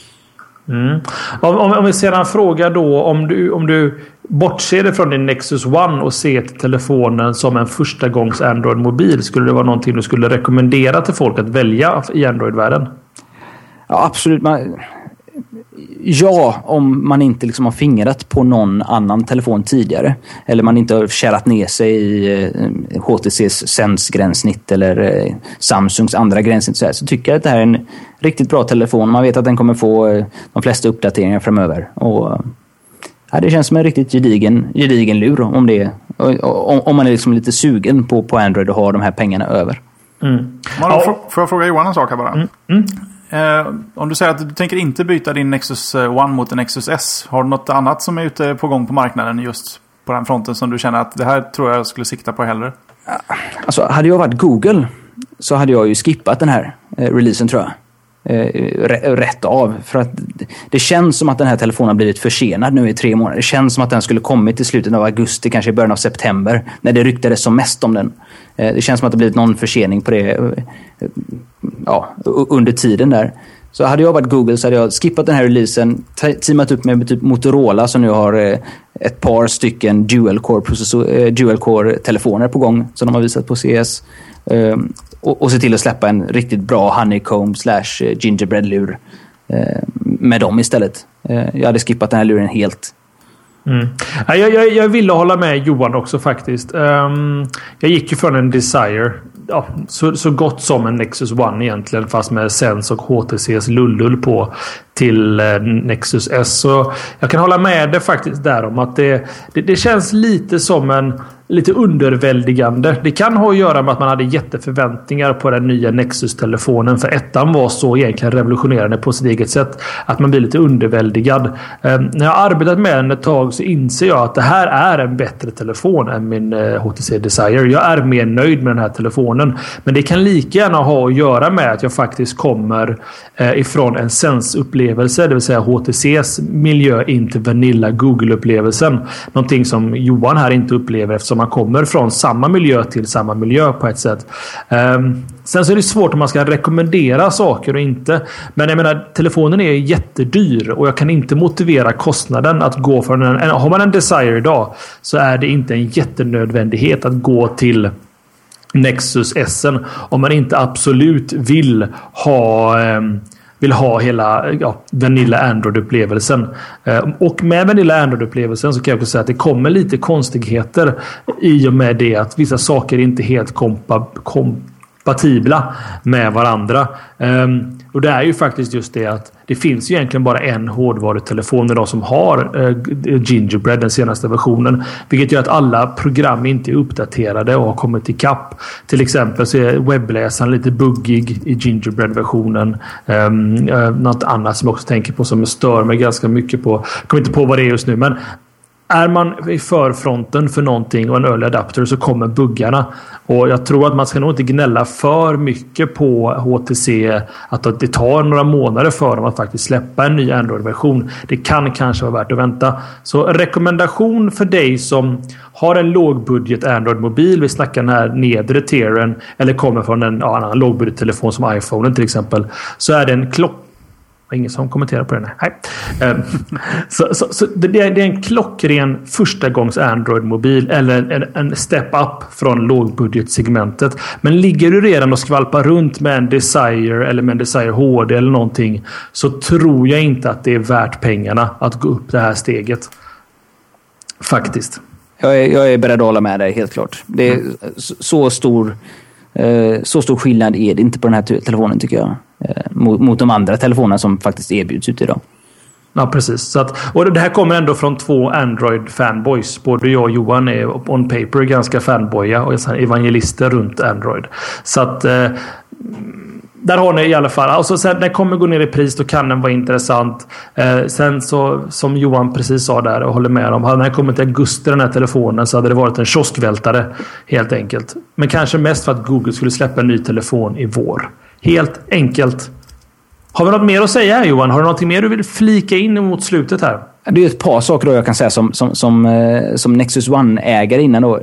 B: Mm. Om, om, om vi sedan frågar då, om du, om du bortser det från din Nexus One och ser till telefonen som en första gångs Android-mobil, skulle det vara någonting du skulle rekommendera till folk att välja i Android-världen?
A: Ja, absolut. Man, ja, om man inte liksom har fingrat på någon annan telefon tidigare, eller man inte har kärat ner sig i eh, H T C:s Sense-gränssnitt eller eh, Samsungs andra gränssnitt, så, här, så tycker jag att det här är en riktigt bra telefon. Man vet att den kommer få eh, de flesta uppdateringar framöver. Och ja, det känns som en riktigt gedigen, gedigen lur om det, om, om man är liksom lite sugen på, på Android och har de här pengarna över.
B: Mm.
C: Man, får, får jag fråga Johan en sak här bara?
B: Mm. Mm.
C: Eh, om du säger att du tänker inte byta din Nexus One mot en Nexus S, har du något annat som är ute på gång på marknaden just på den fronten som du känner att det här tror jag skulle sikta på hellre?
A: Alltså, hade jag varit Google så hade jag ju skippat den här eh, releasen, tror jag. Eh, rätt av. För att det känns som att den här telefonen har blivit försenad nu i tre månader. Det känns som att den skulle kommit till slutet av augusti, kanske i början av september, när det ryktades som mest om den. Eh, det känns som att det blivit någon försening på det eh, ja, under tiden där. Så hade jag varit Google så hade jag skippat den här releasen, teamat upp med typ Motorola som nu har eh, ett par stycken dual-core processor, eh, dual-core-telefoner på gång som de har visat på C S. Eh, och, och se till att släppa en riktigt bra honeycomb slash gingerbread-lur eh, med dem istället. Eh, jag hade skippat den här luren helt.
B: Mm. Jag, jag, jag ville hålla med Johan också faktiskt. Um, jag gick ju från en Desire, ja, så, så gott som en Nexus One egentligen, fast med Sense och H T C:s lullull på, till eh, Nexus S. Så jag kan hålla med det faktiskt där om att det, det, det känns lite som en lite underväldigande. Det kan ha att göra med att man hade jätteförväntningar på den nya Nexus-telefonen, för ettan var så egentligen revolutionerande på sitt eget sätt att man blir lite underväldigad. Eh, när jag har arbetat med den ett tag så inser jag att det här är en bättre telefon än min eh, H T C Desire. Jag är mer nöjd med den här telefonen, men det kan lika gärna ha att göra med att jag faktiskt kommer eh, ifrån en Sense-upplevelse, det vill säga H T C:s miljö, inte Vanilla Google-upplevelsen. Någonting som Johan här inte upplever, eftersom man kommer från samma miljö till samma miljö på ett sätt. Um, sen så är det svårt om man ska rekommendera saker och inte. Men jag menar, telefonen är jättedyr och jag kan inte motivera kostnaden att gå från en... en har man en Desire idag så är det inte en jättenödvändighet att gå till Nexus S om man inte absolut vill ha... Um, vill ha hela ja, Vanilla Android-upplevelsen. Eh, och med Vanilla Android-upplevelsen så kan jag också säga att det kommer lite konstigheter i och med det att vissa saker inte helt kompa, kom, kompatibla med varandra. Um, och det är ju faktiskt just det att det finns ju egentligen bara en hårdvarutelefon idag som har uh, Gingerbread, den senaste versionen. Vilket gör att alla program inte är uppdaterade och har kommit ikapp. Till exempel så är webbläsaren lite buggig i Gingerbread-versionen. Um, uh, något annat som jag också tänker på som stör mig ganska mycket på. Jag kommer inte på vad det är just nu, men är man i förfronten för någonting och en early adapter så kommer buggarna. Och jag tror att man ska nog inte gnälla för mycket på H T C att det tar några månader för dem att faktiskt släppa en ny Android-version. Det kan kanske vara värt att vänta. Så en rekommendation för dig som har en lågbudget Android-mobil, vi snackar den här nedre tieren, eller kommer från en ja, annan lågbudgettelefon som iPhone till exempel, så är det en klocka. Ingen som kommenterar på det. Nej. Um, så så, så det, det är en klockren första gångs Android-mobil eller en, en step up från lågbudgetsegmentet. Men ligger du redan och skvalpar runt med en Desire eller med en Desire H D eller någonting, så tror jag inte att det är värt pengarna att gå upp det här steget. Faktiskt.
A: Jag är, jag är beredd att hålla med dig, helt klart. Det är mm. så, så stor eh, så stor skillnad är det inte på den här telefonen, tycker jag. Mot, mot de andra telefonerna som faktiskt erbjuds ute idag.
B: Ja, precis. Så att, och det här kommer ändå från två Android-fanboys. Både jag och Johan är on paper ganska fanboya och evangelister runt Android. Så att eh, där har ni i alla fall. Alltså sen när den kommer gå ner i pris, då kan den vara intressant. Eh, sen så, som Johan precis sa där och håller med om, hade den här kommit i augusti, den här telefonen, så hade det varit en kioskvältare helt enkelt. Men kanske mest för att Google skulle släppa en ny telefon i vår. Helt enkelt. Har vi något mer att säga här, Johan? Har du något mer du vill flika in mot slutet här?
A: Det är ett par saker då jag kan säga som, som, som, som Nexus One-ägare innan då.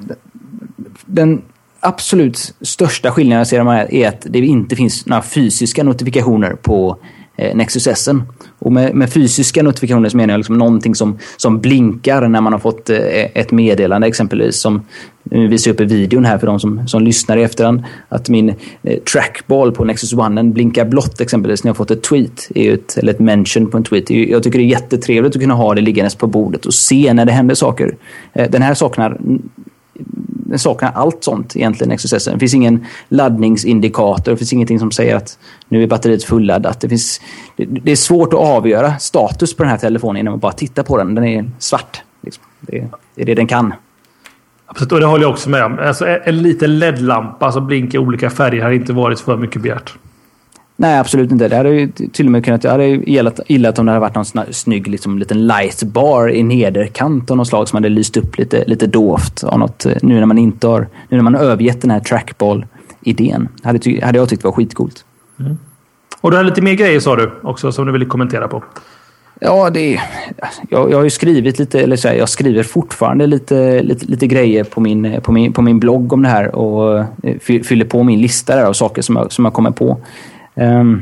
A: Den absolut största skillnaden jag ser de här är att det inte finns några fysiska notifikationer på eh, Nexus S. Och med, med fysiska notifikationer så menar jag liksom någonting som, som blinkar när man har fått eh, ett meddelande, exempelvis, som nu visar upp i videon här för de som, som lyssnar i efterhand, att min eh, trackball på Nexus One blinkar blått, exempelvis när jag fått ett tweet, är ett, eller ett mention på en tweet. Jag tycker det är jättetrevligt att kunna ha det liggandes på bordet och se när det händer saker. Eh, den här saknar den saknar allt sånt egentligen, Nexus S. Det finns ingen laddningsindikator, det finns ingenting som säger att nu är batteriet fulladdat. Det, finns, det, det är svårt att avgöra status på den här telefonen innan man bara tittar på den. Den är svart. Liksom. Det, det är det den kan.
B: Absolut, och det håller jag också med om. Alltså, en liten L E D-lampa som blinkar olika färger har inte varit för mycket begärt. Nej, absolut inte. Det hade ju till och med kunnat, jag hade ju gillat, gillat om det hade varit någon snygg liksom, liten lightbar i nederkant av något slag som hade lyst upp lite, lite dovt av något, nu när man inte har, nu när man har övergett den här trackball-idén. Hade, ty, hade jag tyckt var skitcoolt. Mm. Och du har lite mer grejer, sa du också, som du ville kommentera på.
A: Ja, det är, jag, jag har ju skrivit lite, eller så här, jag skriver fortfarande lite, lite, lite grejer på min, på, min, på min blogg om det här och fyller på min lista där av saker som jag, som jag kommer på. Um,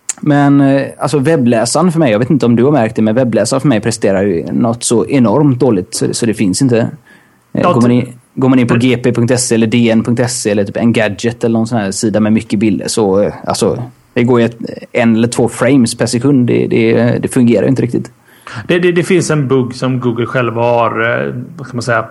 A: men alltså webbläsaren för mig, jag vet inte om du har märkt det, men webbläsaren för mig presterar ju något så enormt dåligt så det, så det finns inte. Ja, går, man in, går man in på g p punkt se eller d n punkt se eller typ en gadget eller någon sån här sida med mycket bilder, så alltså det går ju ett, en eller två frames per sekund. Det, det, det fungerar inte riktigt.
B: Det, det, det finns en bugg som Google själva har, vad ska man säga,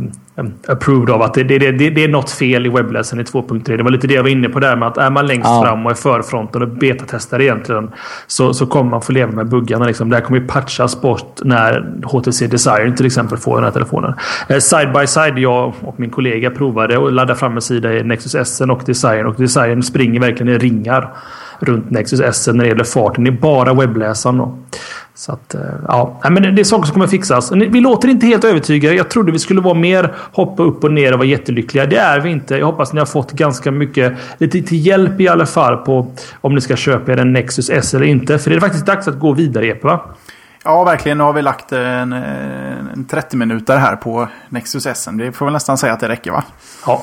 B: approved av att det, det, det, det är något fel i webbläsaren i två punkt tre. Det var lite det jag var inne på där med att är man längst ja. fram och är förfronten och betatestar egentligen, så, så kommer man få leva med buggarna. Liksom. Det här kommer ju patchas bort när H T C Desire till exempel får den här telefonen. Eh, side by side, jag och min kollega provade och laddade fram en sida i Nexus S och Desire, och Desire springer verkligen i ringar runt Nexus S när det gäller farten. Det är bara webbläsaren då. Så att, ja, men det är saker som kommer fixas. Vi låter inte helt övertygade. Jag trodde vi skulle vara mer hoppa upp och ner och vara jättelyckliga. Det är vi inte. Jag hoppas ni har fått ganska mycket, lite till hjälp i alla fall på om ni ska köpa er en Nexus S eller inte. För det är faktiskt dags att gå vidare, Epe, va?
C: Ja, verkligen. Nu har vi lagt en, en trettio minuter här på Nexus S. Det får väl nästan säga att det räcker, va?
B: Ja.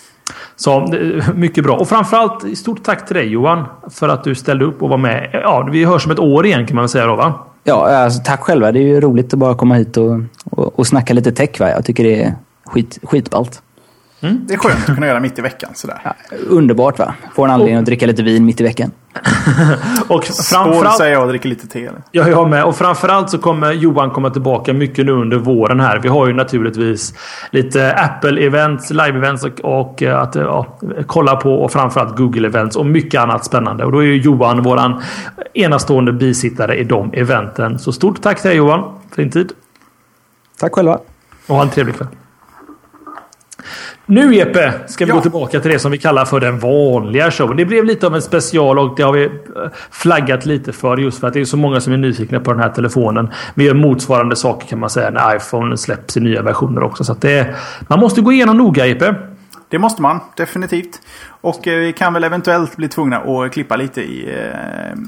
B: Så mycket bra. Och framförallt stort tack till dig, Johan, för att du ställde upp och var med. Ja, vi hörs om ett år igen, kan man väl säga då, va?
A: Ja, alltså, tack själva. Det är ju roligt att bara komma hit och, och, och snacka lite tech, va? Jag tycker det är skit, skitballt.
C: Mm. Det är skönt att kunna göra mitt i veckan sådär.
A: Ja, underbart, va? Får en anledning och... att dricka lite vin mitt i veckan.
B: och
C: framförallt säger jag och dricker lite te. Eller?
B: Ja, jag med. Och framförallt så kommer Johan komma tillbaka mycket nu under våren här. Vi har ju naturligtvis lite Apple-events, live-events och, och att ja, kolla på, och framförallt Google-events och mycket annat spännande. Och då är ju Johan våran enastående bisittare i de eventen. Så stort tack till dig Johan för din tid.
A: Tack själva.
B: Och ha en trevlig kväll. Nu Jeppe ska vi
C: ja.
B: gå tillbaka till det som vi kallar för den vanliga showen. Det blev lite av en special och det har vi flaggat lite för just för att det är så många som är nyfikna på den här telefonen. Vi gör motsvarande saker kan man säga när iPhone släpps i nya versioner också. Så att det, man måste gå igenom noga Jeppe.
C: Det måste man, definitivt. Och eh, vi kan väl eventuellt bli tvungna att klippa lite i, eh,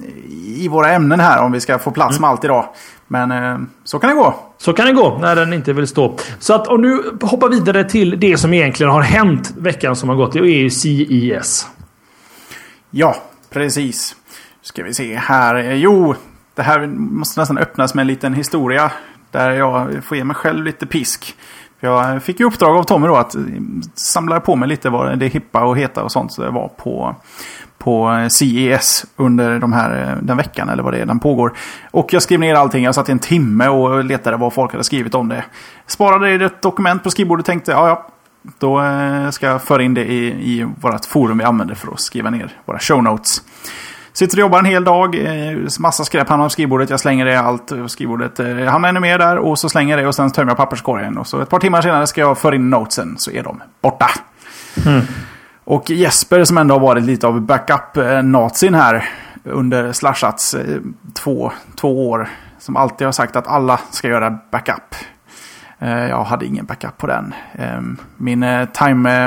C: i våra ämnen här om vi ska få plats mm. med allt idag. Men eh, så kan det gå.
B: Så kan det gå när den inte vill stå. Så att, och nu hoppar vidare till det som egentligen har hänt veckan som har gått. Det är ju C E S.
C: Ja, precis. Ska vi se här. Jo, det här måste nästan öppnas med en liten historia. Där jag får ge mig själv lite pisk. Jag fick ju uppdrag av Tommy då att samla på mig lite vad det hippa och heta och sånt så det var på, på C E S under de här, den veckan eller vad det är den pågår. Och jag skrev ner allting, jag satt i en timme och letade vad folk hade skrivit om det. Sparade i ett dokument på skrivbordet och tänkte, ja ja, då ska jag föra in det i, i vårt forum vi använder för att skriva ner våra show notes. Sitter och jobbar en hel dag, massa skräp hamnar på skrivbordet, jag slänger det allt, skrivbordet hamnar ännu mer där och så slänger det och sen tömmer jag papperskorgen och så ett par timmar senare ska jag föra in notesen så är de borta. Mm. Och Jesper som ändå har varit lite av backup-nazin här under slashats två, två år som alltid har sagt att alla ska göra backup. Jag hade ingen backup på den. Min time,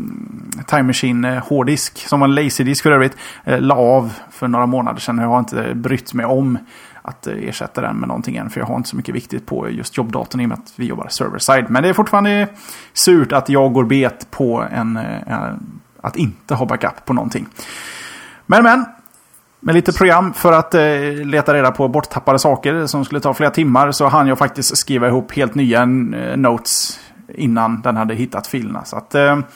C: time Machine hårddisk, som var en laserdisk för övrigt, la av för några månader sedan. Jag har inte brytt mig om att ersätta den med någonting än, för jag har inte så mycket viktigt på just jobbdatorn i och med att vi jobbar server-side. Men det är fortfarande surt att jag går bet på en, att inte ha backup på någonting. Men men med lite program för att eh, leta reda på borttappade saker som skulle ta flera timmar så hann jag faktiskt skriva ihop helt nya eh, notes innan den hade hittat filerna. Så att, eh,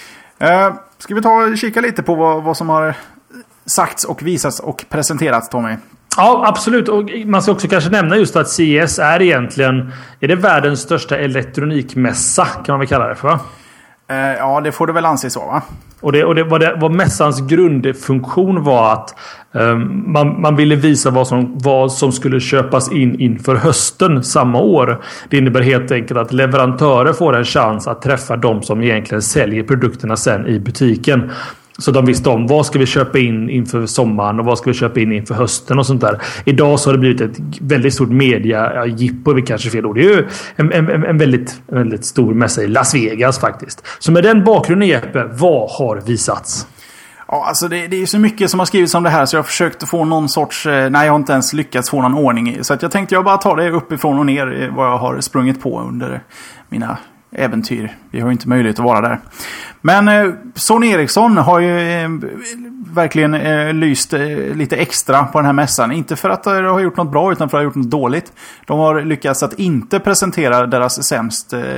C: eh, ska vi ta och kika lite på vad, vad som har sagts och visats och presenterats, Tommy?
B: Ja, absolut. Och man ska också kanske nämna just att C E S är egentligen är det världens största elektronikmässa, kan man väl kalla det för, va?
C: Eh, ja, det får det väl anses så, va?
B: Och, det, och det, vad, det, vad mässans grundfunktion var att um, man, man ville visa vad som, vad som skulle köpas in inför hösten samma år. Det innebär helt enkelt att leverantörer får en chans att träffa de som egentligen säljer produkterna sen i butiken. Så de visste om vad ska vi köpa in inför sommaren och vad ska vi köpa in inför hösten och sånt där. Idag så har det blivit ett väldigt stort media, ja, jippo är vi kanske fel ord. Det är ju en, en, en, väldigt, en väldigt stor mässa i Las Vegas faktiskt. Så med den bakgrunden, Jeppe, vad har visats?
C: Ja, alltså det, det är så mycket som har skrivits om det här så jag har försökt få någon sorts... Nej, jag har inte ens lyckats få någon ordning i. Så att jag tänkte jag bara ta det uppifrån och ner vad jag har sprungit på under mina äventyr. Vi har ju inte möjlighet att vara där. Men eh, Sony Ericsson har ju eh, verkligen eh, lyst eh, lite extra på den här mässan. Inte för att de har gjort något bra utan för att de har gjort något dåligt. De har lyckats att inte presentera deras sämst, eh,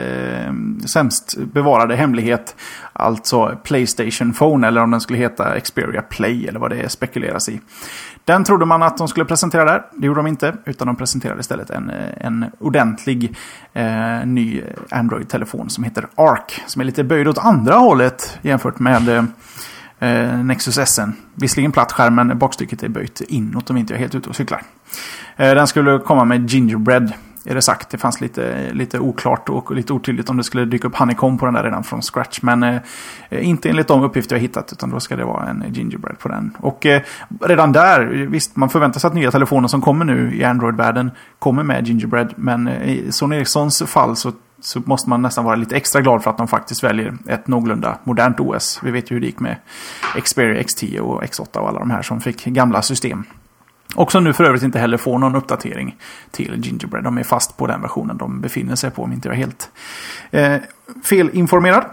C: sämst bevarade hemlighet. Alltså PlayStation Phone, eller om den skulle heta Xperia Play eller vad det spekuleras i. Den trodde man att de skulle presentera där. Det gjorde de inte, utan de presenterade istället en, en ordentlig eh, ny Android-telefon som heter Arc. Som är lite böjd åt andra hållet jämfört med eh, Nexus S N. Visserligen platt skärm, men bakstycket är böjt inåt om inte jag är helt ute och cyklar. Eh, den skulle komma med Gingerbread, är det sagt. Det fanns lite, lite oklart och lite otydligt om det skulle dyka upp Honeycomb på den där redan från scratch. Men eh, inte enligt de uppgifter jag hittat, utan då ska det vara en Gingerbread på den. Och eh, redan där, visst, man förväntar sig att nya telefoner som kommer nu i Android-världen kommer med Gingerbread. Men eh, i Sony Ericssons fall så, så måste man nästan vara lite extra glad för att de faktiskt väljer ett någorlunda modernt O S. Vi vet ju hur det gick med Xperia X tio och X åtta och alla de här som fick gamla system. Och som nu för övrigt inte heller får någon uppdatering till Gingerbread. De är fast på den versionen de befinner sig på, om inte jag är helt eh, felinformerad.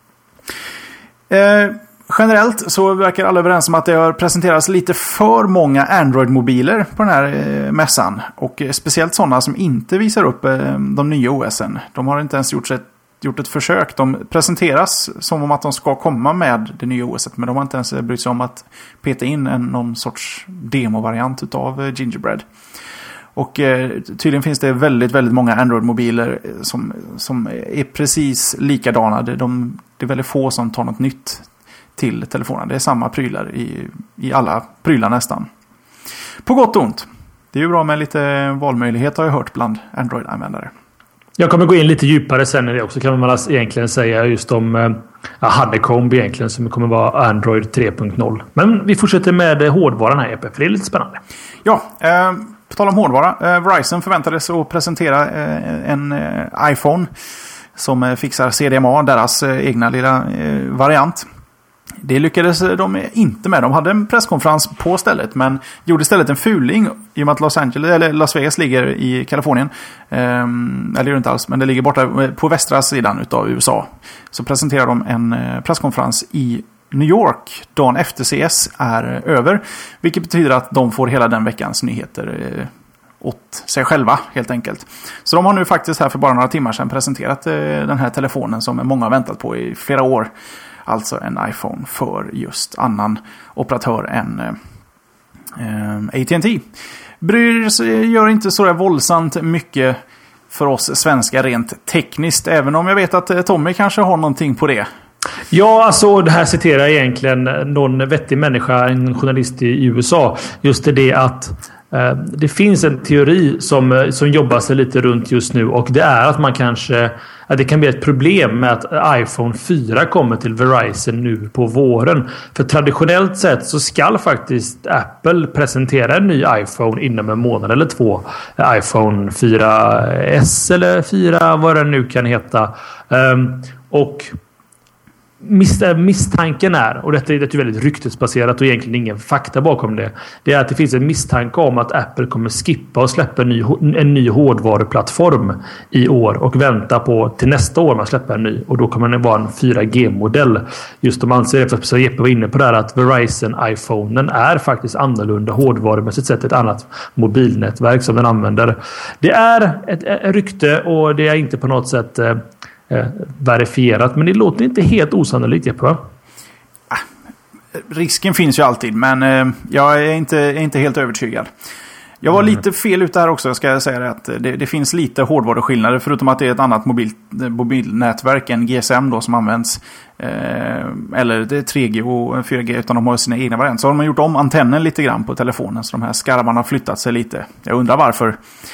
C: Eh, generellt så verkar alla överens om att det har presenterats lite för många Android-mobiler på den här eh, mässan. Och eh, speciellt sådana som inte visar upp eh, de nya O S:en. De har inte ens gjort sig gjort ett försök. De presenteras som om att de ska komma med det nya O S, men de har inte ens brytt sig om att peta in en, någon sorts demovariant utav eh, Gingerbread. Och eh, tydligen finns det väldigt, väldigt många Android-mobiler som, som är precis likadana. De, det är väldigt få som tar något nytt till telefonen. Det är samma prylar i, i alla prylar nästan. På gott och ont. Det är ju bra med lite valmöjlighet, har jag hört, bland Android-användare.
B: Jag kommer gå in lite djupare sen i det också, kan man egentligen säga just om ja, Honeycomb egentligen, som kommer vara Android tre punkt noll. Men vi fortsätter med hårdvaran här, Epe, för det är lite spännande.
C: Ja, eh, på tal om hårdvara. Eh, Verizon förväntades att presentera eh, en eh, iPhone som eh, fixar C D M A, deras eh, egna lilla eh, variant. Det lyckades de inte med. De hade en presskonferens på stället, men gjorde istället en fuling i och med att Los Angeles, eller Las Vegas ligger i Kalifornien. Ehm, eller inte alls, men det ligger borta på västra sidan utav U S A. Så presenterar de en presskonferens i New York dagen efter C S är över. Vilket betyder att de får hela den veckans nyheter eh, åt sig själva, helt enkelt. Så de har nu faktiskt här för bara några timmar sedan presenterat eh, den här telefonen som många har väntat på i flera år. Alltså en iPhone för just annan operatör än eh, A T and T. Bryr sig, gör inte så där våldsamt mycket för oss svenskar rent tekniskt. Även om jag vet att Tommy kanske har någonting på det.
B: Ja, alltså det här citerar egentligen någon vettig människa, en journalist i U S A. Just det att eh, det finns en teori som, som jobbar sig lite runt just nu, och det är att man kanske att det kan bli ett problem med att iPhone fyra kommer till Verizon nu på våren. För traditionellt sett så ska faktiskt Apple presentera en ny iPhone inom en månad eller två. iPhone fyra S eller fyra, vad det nu kan heta. Um, och misstanken är, och detta är ett väldigt ryktesbaserat och egentligen ingen fakta bakom det, det är att det finns en misstanke om att Apple kommer skippa och släppa en ny, en ny hårdvaruplattform i år och vänta på till nästa år man släpper en ny, och då kommer det vara en fyra G-modell. Just de anser, efter att Jeppe var inne på det här, att Verizon-iPhonen är faktiskt annorlunda hårdvarumässigt sett, ett annat mobilnätverk som den använder. Det är ett, ett rykte och det är inte på något sätt eh, Eh, verifierat, men det låter inte helt osannolikt, Jeppe, va?
C: Ah, risken finns ju alltid, men eh, jag är inte, är inte helt övertygad. Jag var mm. lite fel ute här också, ska jag säga det, att det, det finns lite hårdvaruskillnader, förutom att det är ett annat mobil, mobilnätverk än G S M då som används, eh, eller det är tre G och fyra G, utan de har sina egna varianter. Så har de gjort om antennen lite grann på telefonen, så de här skarvarna har flyttat sig lite. Jag undrar varför.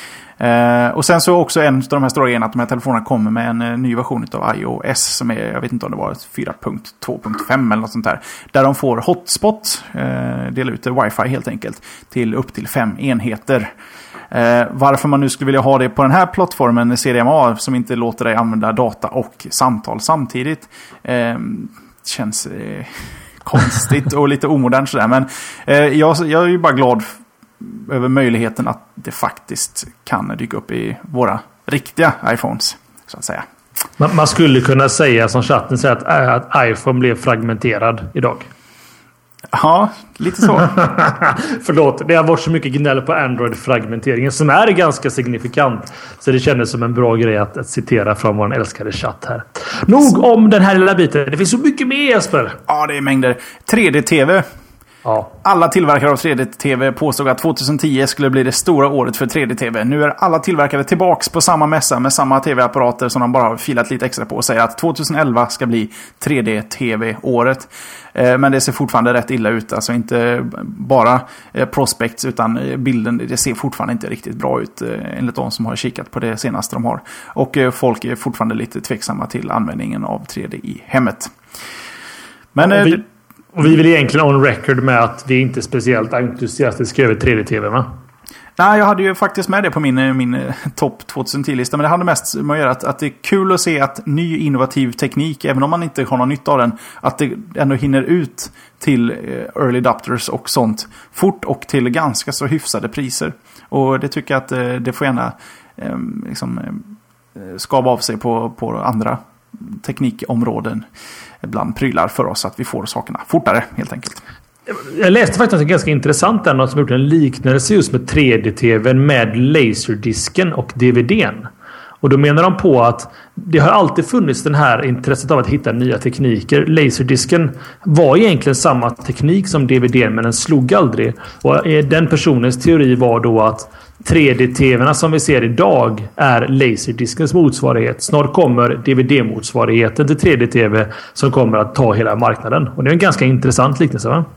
C: Uh, och sen så också en av de här stora grejerna att de här telefonerna kommer med en uh, ny version av iOS som är, jag vet inte om det var fyra punkt två punkt fem eller något sånt där, där de får hotspot, uh, dela ut wifi helt enkelt till upp till fem enheter. Uh, varför man nu skulle vilja ha det på den här plattformen C D M A som inte låter dig använda data och samtal samtidigt uh, känns uh, konstigt och lite omodernt sådär, men uh, jag, jag är ju bara glad över möjligheten att det faktiskt kan dyka upp i våra riktiga iPhones, så att säga.
B: Man, man skulle kunna säga som chatten säger att, att iPhone blev fragmenterad idag.
C: Ja, lite så.
B: Förlåt, det har varit så mycket gnäll på Android-fragmenteringen som är ganska signifikant. Så det kändes som en bra grej att, att citera från vår älskade chatt här. Nog om den här lilla biten. Det finns så mycket mer, Jesper.
C: Ja, det är mängder. tre D-tv.
B: Ja.
C: Alla tillverkare av tre D-tv påstod att tjugohundratio skulle bli det stora året för tre D-tv. Nu är alla tillverkare tillbaks på samma mässa med samma tv-apparater som de bara har filat lite extra på och säger att tjugoelva ska bli tre D-tv-året. Eh, men det ser fortfarande rätt illa ut. Alltså inte bara eh, prospects, utan bilden, det ser fortfarande inte riktigt bra ut eh, enligt de som har kikat på det senaste de har. Och eh, folk är fortfarande lite tveksamma till användningen av tre D i hemmet. Men...
B: Ja,
C: Eh,
B: Och vi vill egentligen on record med att vi inte är speciellt entusiastiska över tre D-tv, va?
C: Nej, jag hade ju faktiskt med det på min, min topp tjugohundratio-lista. Men det hade mest med att göra att, att det är kul att se att ny innovativ teknik, även om man inte har någon nytta av den, att det ändå hinner ut till early adopters och sånt fort och till ganska så hyfsade priser. Och det tycker jag att det får gärna eh, liksom, eh, skava av sig på, på andra teknikområden bland prylar för oss, att vi får sakerna fortare helt enkelt.
B: Jag läste faktiskt en ganska intressant där, något som gjort en liknelse just med tre D-tvn med laserdisken och D V D:n. Och då menar de på att det har alltid funnits den här intresset av att hitta nya tekniker. Laserdisken var egentligen samma teknik som D V D, men den slog aldrig. Och den personens teori var då att tre D-tv:na som vi ser idag är laserdiskens motsvarighet. Snart kommer D V D-motsvarigheten till tre D-tv som kommer att ta hela marknaden. Och det är en ganska intressant liknelse, va?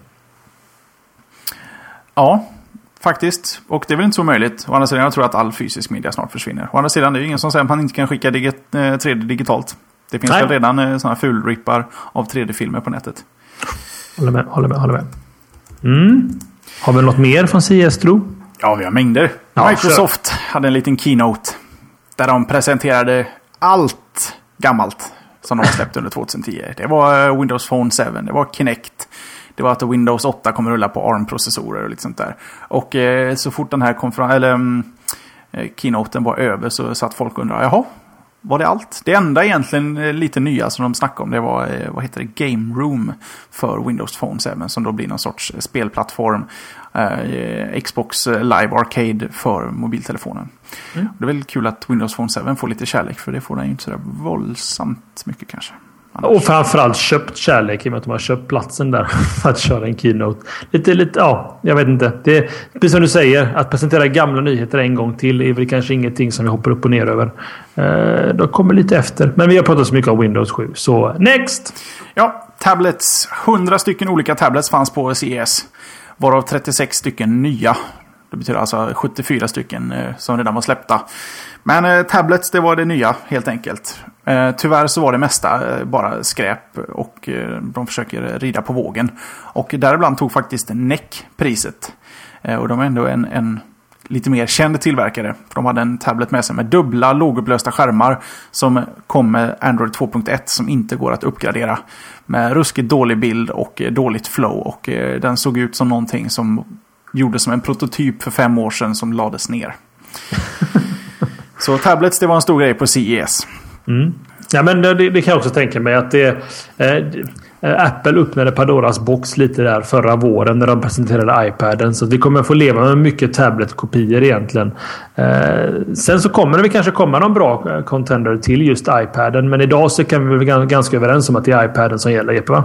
C: Ja, faktiskt. Och det är väl inte så möjligt. Å andra sidan, jag tror att all fysisk media snart försvinner. Å andra sidan, det är ju ingen som säger att man inte kan skicka dig- tre D digitalt. Det finns
B: Nej.
C: väl redan sådana fulrippar av tre D-filmer på nätet.
B: Håller med, håller med, håller med. Mm. Har vi något mer från C E S, tro?
C: Ja, vi har mängder.
B: Ja,
C: Microsoft hade en liten keynote där de presenterade allt gammalt som de har släppt under tjugohundratio. Det var Windows Phone sju, det var Kinect, det var att Windows åtta kommer rulla på A R M-processorer och lite sånt där. Och eh, så fort den här konfer- eller, um, keynoten var över så satt folk och undrade, jaha, var det allt? Det enda egentligen lite nya som de snackade om, det var, vad heter det, Game Room för Windows Phone sju, som då blir någon sorts spelplattform, eh, Xbox Live Arcade för mobiltelefonen. Mm. Det är väl kul att Windows Phone sju får lite kärlek, för det får den ju inte sådär våldsamt mycket kanske. Annars.
B: Och framförallt köpt kärlek i och med att de har köpt platsen där för att köra en keynote. Lite, lite, ja, jag vet inte. Det är precis som du säger, att presentera gamla nyheter en gång till är väl kanske ingenting som vi hoppar upp och ner över. Eh, de kommer lite efter. Men vi har pratat så mycket om Windows sju, så next!
C: Ja, tablets. hundra stycken olika tablets fanns på C E S. Varav trettiosex stycken nya. Det betyder alltså sjuttiofyra stycken eh, som redan var släppta. Men eh, tablets, det var det nya helt enkelt. Eh, tyvärr så var det mesta eh, bara skräp och eh, de försöker rida på vågen. Och däribland tog faktiskt N E C priset. Eh, och de är ändå en, en lite mer känd tillverkare. För de hade en tablet med sig med dubbla lågupplösta skärmar som kom med Android två punkt ett som inte går att uppgradera. Med ruskigt dålig bild och eh, dåligt flow. Och eh, den såg ut som någonting som gjordes som en prototyp för fem år sedan som lades ner. Så tablets, det var en stor grej på C E S.
B: Mm. Ja, men det, det kan jag också tänka mig att det, eh, Apple öppnade Pandoras box lite där förra våren när de presenterade iPaden, så vi kommer få leva med mycket tablet-kopior egentligen. Eh, sen så kommer det väl kanske komma någon bra contender till just iPaden, men idag så kan vi väl ganska överens om att det är iPaden som gäller, Jeppe, va?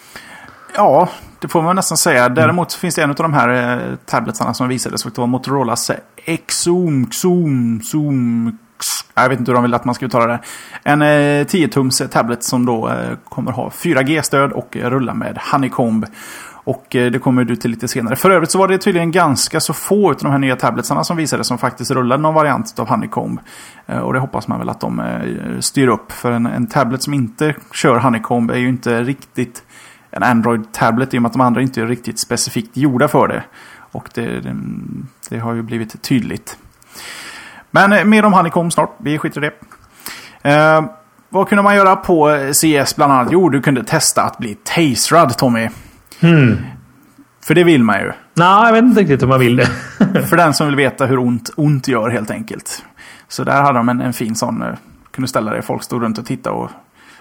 C: Ja, det får man nästan säga. Däremot mm. finns det en av de här eh, tabletsarna som visades, och det var Motorolas Exoom, Zoom, Zoom, jag vet inte hur de vill att man ska uttala det. En eh, tio tums tablet som då eh, kommer ha fyra G-stöd och eh, rulla med Honeycomb. Och eh, det kommer du till lite senare. För övrigt så var det tydligen ganska så få av de här nya tabletsarna som visades som faktiskt rullade någon variant av Honeycomb. Eh, och det hoppas man väl att de eh, styr upp. För en, en tablet som inte kör Honeycomb är ju inte riktigt en Android-tablet, i och med att de andra inte är riktigt specifikt gjorda för det. Och det, det, det har ju blivit tydligt. Men mer om Honeycomb snart. Vi skiter i det. Eh, vad kunde man göra på C E S bland annat? Jo, du kunde testa att bli taserad, Tommy.
B: Hmm.
C: För det vill man ju.
B: Nej, jag vet inte riktigt om man vill det.
C: För den som vill veta hur ont, ont gör helt enkelt. Så där hade de en, en fin sån. Uh, kunde ställa dig. Folk stod runt och tittade och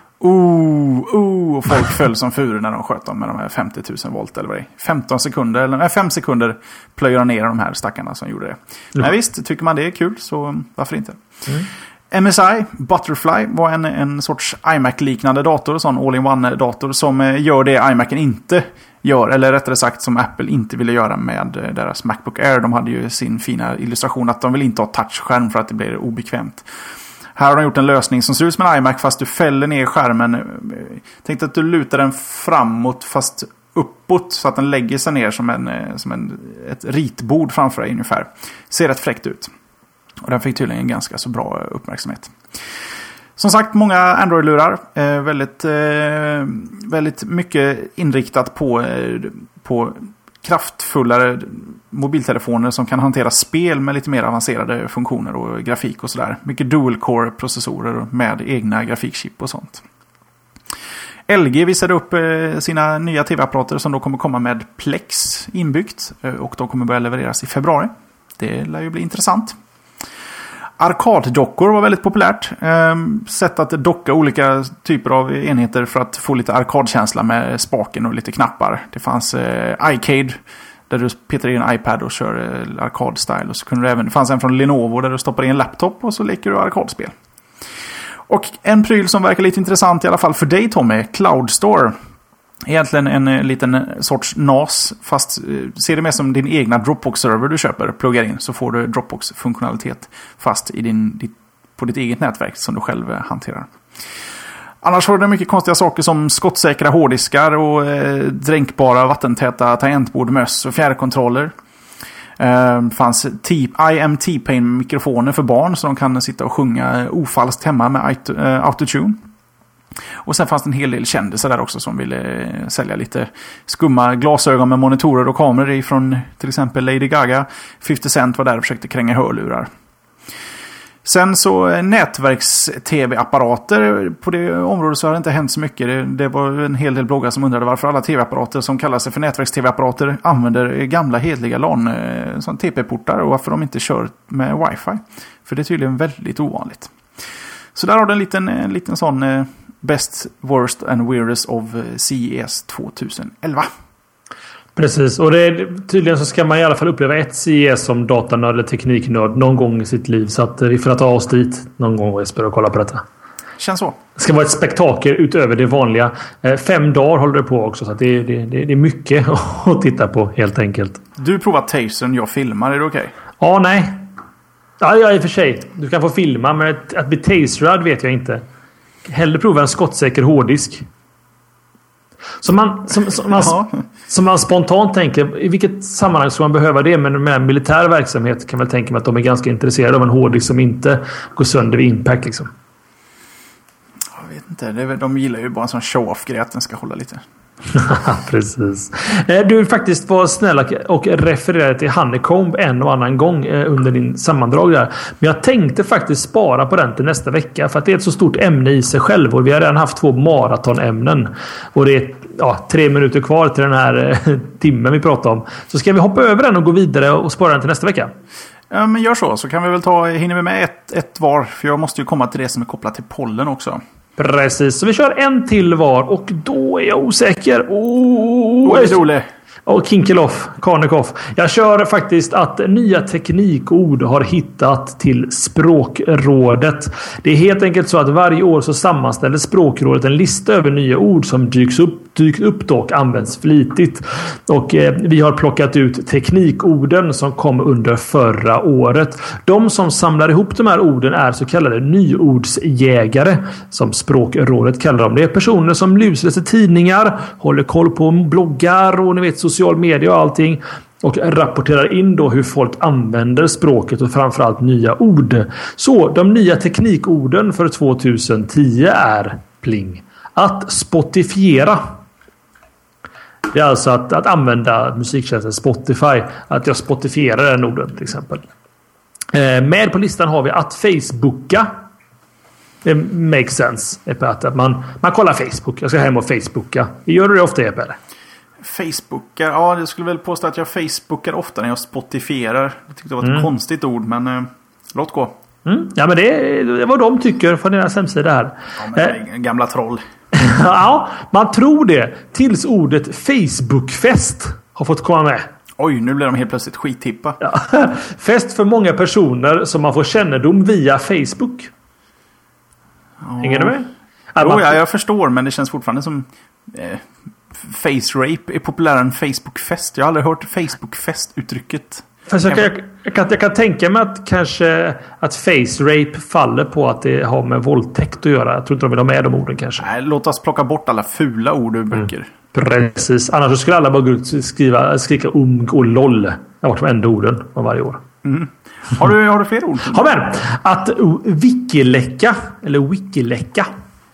C: oh, oh, och folk föll som furor när de sköt dem med de här femtio tusen volt eller vad det är. femton sekunder, eller nej, fem sekunder plöjer ner de här stackarna som gjorde det. Men ja, visst, tycker man det är kul så varför inte? Mm. M S I, Butterfly, var en, en sorts iMac-liknande dator, sån all-in-one-dator som gör det iMacen inte gör, eller rättare sagt som Apple inte ville göra med deras MacBook Air. De hade ju sin fina illustration att de vill inte ha touchskärm för att det blir obekvämt. Här har de gjort en lösning som ser ut som en iMac fast du fäller ner skärmen. Tänk att du lutar den framåt fast uppåt så att den lägger sig ner som, en, som en, ett ritbord framför dig ungefär. Ser rätt fräckt ut. Och den fick tydligen en ganska så bra uppmärksamhet. Som sagt, många Android-lurar. Eh, väldigt, eh, väldigt mycket inriktat på, eh, på kraftfullare mobiltelefoner som kan hantera spel med lite mer avancerade funktioner och grafik och sådär. Mycket dual-core-processorer med egna grafikchip och sånt. L G visade upp eh, sina nya tv-apparater som då kommer komma med Plex inbyggt. Eh, och de kommer börja levereras i februari. Det lär ju bli intressant. Arkaddockor var väldigt populärt. Ehm, sätt att docka olika typer av enheter för att få lite arkadkänsla med spaken och lite knappar. Det fanns eh, iCade Där du petar in en iPad och kör eh, arkadstyle. Och så kunde du även, det fanns en från Lenovo där du stoppar in en laptop och så leker du arkadspel. Och en pryl som verkar lite intressant i alla fall för dig, Tommy, Cloud Store. Egentligen en eh, liten sorts N A S, fast eh, ser det mer som din egna Dropbox-server du köper, pluggar in, så får du Dropbox-funktionalitet fast i din, ditt, på ditt eget nätverk som du själv eh, hanterar. Annars har det mycket konstiga saker som skottsäkra hårddiskar och eh, dränkbara vattentäta tangentbord, möss och fjärrkontroller. Eh, fanns I M T-Pain-mikrofoner för barn så de kan sitta och sjunga ofalskt hemma med uh, autotune. Och sen fanns det en hel del kändisar där också som ville eh, sälja lite skumma glasögon med monitorer och kameror ifrån till exempel Lady Gaga. femtio Cent var där och försökte kränga hörlurar. Sen så nätverks-tv-apparater. På det området så har det inte hänt så mycket. Det, det var en hel del bloggar som undrade varför alla tv-apparater som kallar sig för nätverks-tv-apparater använder gamla hedliga LAN som T P-portar och varför de inte kör med wifi. För det är tydligen väldigt ovanligt. Så där har du en liten, en liten sån Best, Worst and Weirdest of C E S tjugoelva.
B: Precis, och det är, tydligen så ska man i alla fall uppleva ett C E S som datanörd eller tekniknörd någon gång i sitt liv. Så att vi får ta oss dit någon gång, Jesper, och kolla på detta.
C: Känns så.
B: Det ska vara ett spektakel utöver det vanliga. Fem dagar håller det på också, så att det, det, det är mycket att titta på helt enkelt.
C: Du provar tasern, jag filmar, är det okej? Okay?
B: Ja, nej. Ja, ja, i och för sig. Du kan få filma, men att, att bli taserad vet jag inte. Hellre prova en skottsäker hårddisk. Som man, som, som, man, som man spontant tänker, i vilket sammanhang ska man behöva det? Men med militär verksamhet kan man tänka mig att de är ganska intresserade av en hårddisk som inte går sönder vid impact liksom.
C: Jag vet inte, de gillar ju bara en sån show-off-grej att den ska hålla lite.
B: Precis. Du faktiskt var snäll och refererade till Honeycomb en och annan gång under din sammandrag där. Men jag tänkte faktiskt spara på den till nästa vecka för att det är ett så stort ämne i sig själv och vi har redan haft två maratonämnen och det är ja, tre minuter kvar till den här timmen vi pratar om. Så ska vi hoppa över den och gå vidare och spara den till nästa vecka?
C: Ja, men gör så. Så kan vi väl ta, hinner vi med ett, ett var, för jag måste ju komma till det som är kopplat till pollen också.
B: Precis, så vi kör en till var och då är jag osäker.
C: Åh, oh, är rolig.
B: Och Kinkeloff, Karnekoff. Jag kör faktiskt att nya teknikord har hittat till Språkrådet. Det är helt enkelt så att varje år så sammanställer Språkrådet en lista över nya ord som dyks upp, dykt upp och används flitigt. Och eh, vi har plockat ut teknikorden som kom under förra året. De som samlar ihop de här orden är så kallade nyordsjägare som Språkrådet kallar dem. Det är personer som lusläser tidningar, håller koll på bloggar och ni vet social media och allting och rapporterar in då hur folk använder språket och framförallt nya ord. Så de nya teknikorden för tjugohundratio är pling. Att spotifiera. Det är alltså att, att använda musiktjänsten Spotify. Att jag spotifierar den orden till exempel. Eh, med på listan har vi att Facebooka. Det makes sense. Att man, man kollar Facebook. Jag ska hem och Facebooka. Gör du det ofta, Epe, eller?
C: Facebookar, ja, jag skulle väl påstå att jag Facebookar ofta när jag spotifierar. Jag tyckte det var ett mm. konstigt ord, men eh, låt gå.
B: Mm. Ja, men det, det är vad de tycker från deras hemsida här.
C: Ja, men eh. gamla troll.
B: Ja, man tror det. Tills ordet Facebookfest har fått komma med.
C: Oj, nu blir de helt plötsligt skittippa.
B: Ja. Fest för många personer som man får kännedom via Facebook.
C: Ja.
B: Hänger du med?
C: Jo, man... ja, jag förstår, men det känns fortfarande som... Eh, Face rape är populärare än Facebook-fest. Jag har aldrig hört Facebook-fest-uttrycket.
B: Fast jag, kan, jag, kan, jag kan tänka mig att kanske att face rape faller på att det har med våldtäkt att göra. Jag tror inte de vill ha med de orden kanske.
C: Nej, låt oss plocka bort alla fula ord ur böcker.
B: Mm. Precis. Annars skulle alla bara gå ut och skriva, skrika um och loll. Det har varit de enda orden av varje år.
C: Mm. Har, du, har du fler ord?
B: Ja, men att uh, wikiläcka eller wikiläcka.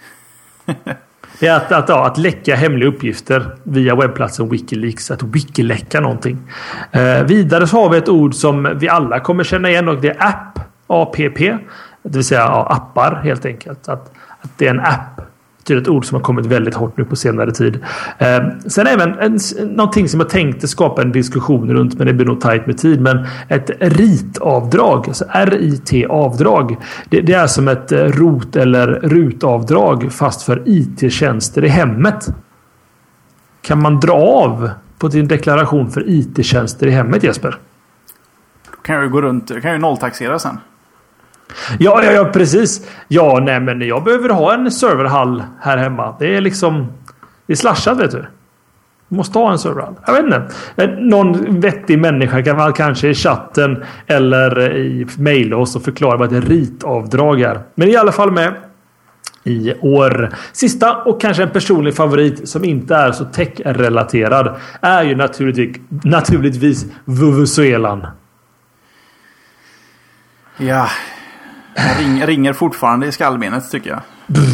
B: Det är att, att, ja, att läcka hemliga uppgifter via webbplatsen Wikileaks. Att wikiläcka någonting. Eh, vidare så har vi ett ord som vi alla kommer känna igen och det är app. A P P. Det vill säga ja, appar helt enkelt. Att, att det är en app. Det är ett ord som har kommit väldigt hårt nu på senare tid. Eh, sen även en, någonting som jag tänkte skapa en diskussion runt, men det blir nog tajt med tid. Men ett ritavdrag, alltså R I T-avdrag. Det, det är som ett rot- eller rutavdrag fast för I T-tjänster i hemmet. Kan man dra av på din deklaration för I T-tjänster i hemmet, Jesper?
C: Då kan jag ju gå runt, jag kan ju nolltaxera sen.
B: Ja, ja, ja, precis. Ja, nej, men jag behöver ha en serverhall här hemma. Det är liksom... Det är slashat, vet du. Du måste ha en serverhall. Jag vet inte. Någon vettig människa kan väl kanske i chatten eller i mejl oss och förklara vad ett ritavdrag är. Men i alla fall med i år. Sista och kanske en personlig favorit som inte är så tech-relaterad är ju naturligtvis, naturligtvis Vuvuzelan.
C: Ja, jag ring, ringer fortfarande i skallbenet tycker jag.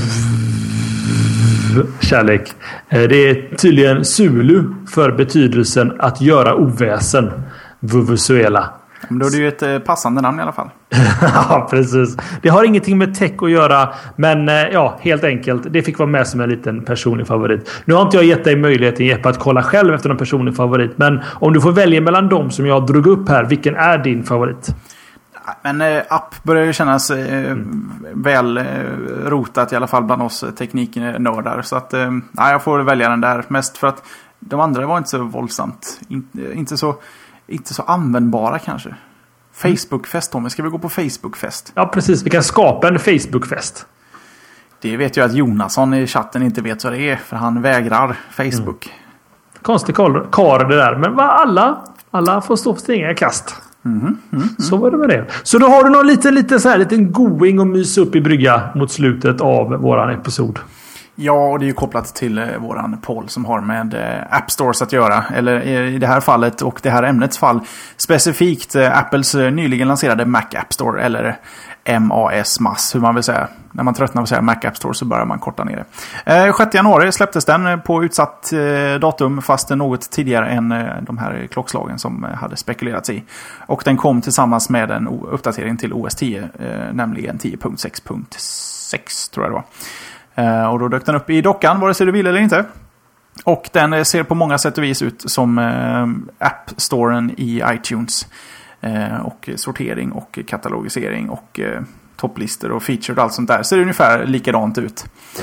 B: Kärlek. Det är tydligen Zulu för betydelsen att göra oväsen. Vuvuzuela.
C: Men då är det ju ett passande namn i alla fall.
B: Ja, precis. Det har ingenting med tech att göra. Men ja, helt enkelt. Det fick vara med som en liten personlig favorit. Nu har inte jag gett dig möjligheten, Jeppe, att kolla själv efter en personlig favorit. Men om du får välja mellan dem som jag drog upp här, vilken är din favorit?
C: Men eh, app börjar ju kännas eh, mm. väl eh, rotat i alla fall bland oss tekniknördar. Så att eh, nej, jag får välja den där. Mest för att de andra var inte så våldsamt. In, inte, så, inte så användbara kanske. Facebookfest, Tommy. Ska vi gå på Facebookfest?
B: Ja, precis. Vi kan skapa en Facebookfest.
C: Det vet jag att Jonasson i chatten inte vet vad det är. För han vägrar Facebook. Mm.
B: Konstig kar det där. Men vad alla, alla får stå på sina kast. Mm, mm, mm. Så var det med det. Så då har du någon liten, liten, så här, liten going och mys upp i brygga mot slutet av våran episod.
C: Ja, och det är ju kopplat till eh, våran poll som har med eh, App Stores att göra. Eller eh, i det här fallet och det här ämnets fall specifikt eh, Apples eh, nyligen lanserade Mac App Store eller M A S, M A S, hur man vill säga. När man tröttnar på att säga Mac App Store så börjar man korta ner det. Eh, sjätte januari släpptes den på utsatt eh, datum fast något tidigare än eh, de här klockslagen som eh, hade spekulerats i. Och den kom tillsammans med en uppdatering till O S tio, eh, nämligen tio punkt sex punkt sex tror jag det var. Uh, och då dök den upp i dockan, vare sig du vill eller inte. Och den uh, ser på många sätt och vis ut som uh, App-storen i iTunes. Uh, och sortering och katalogisering och uh, topplistor och feature och allt sånt där. Ser ungefär likadant ut.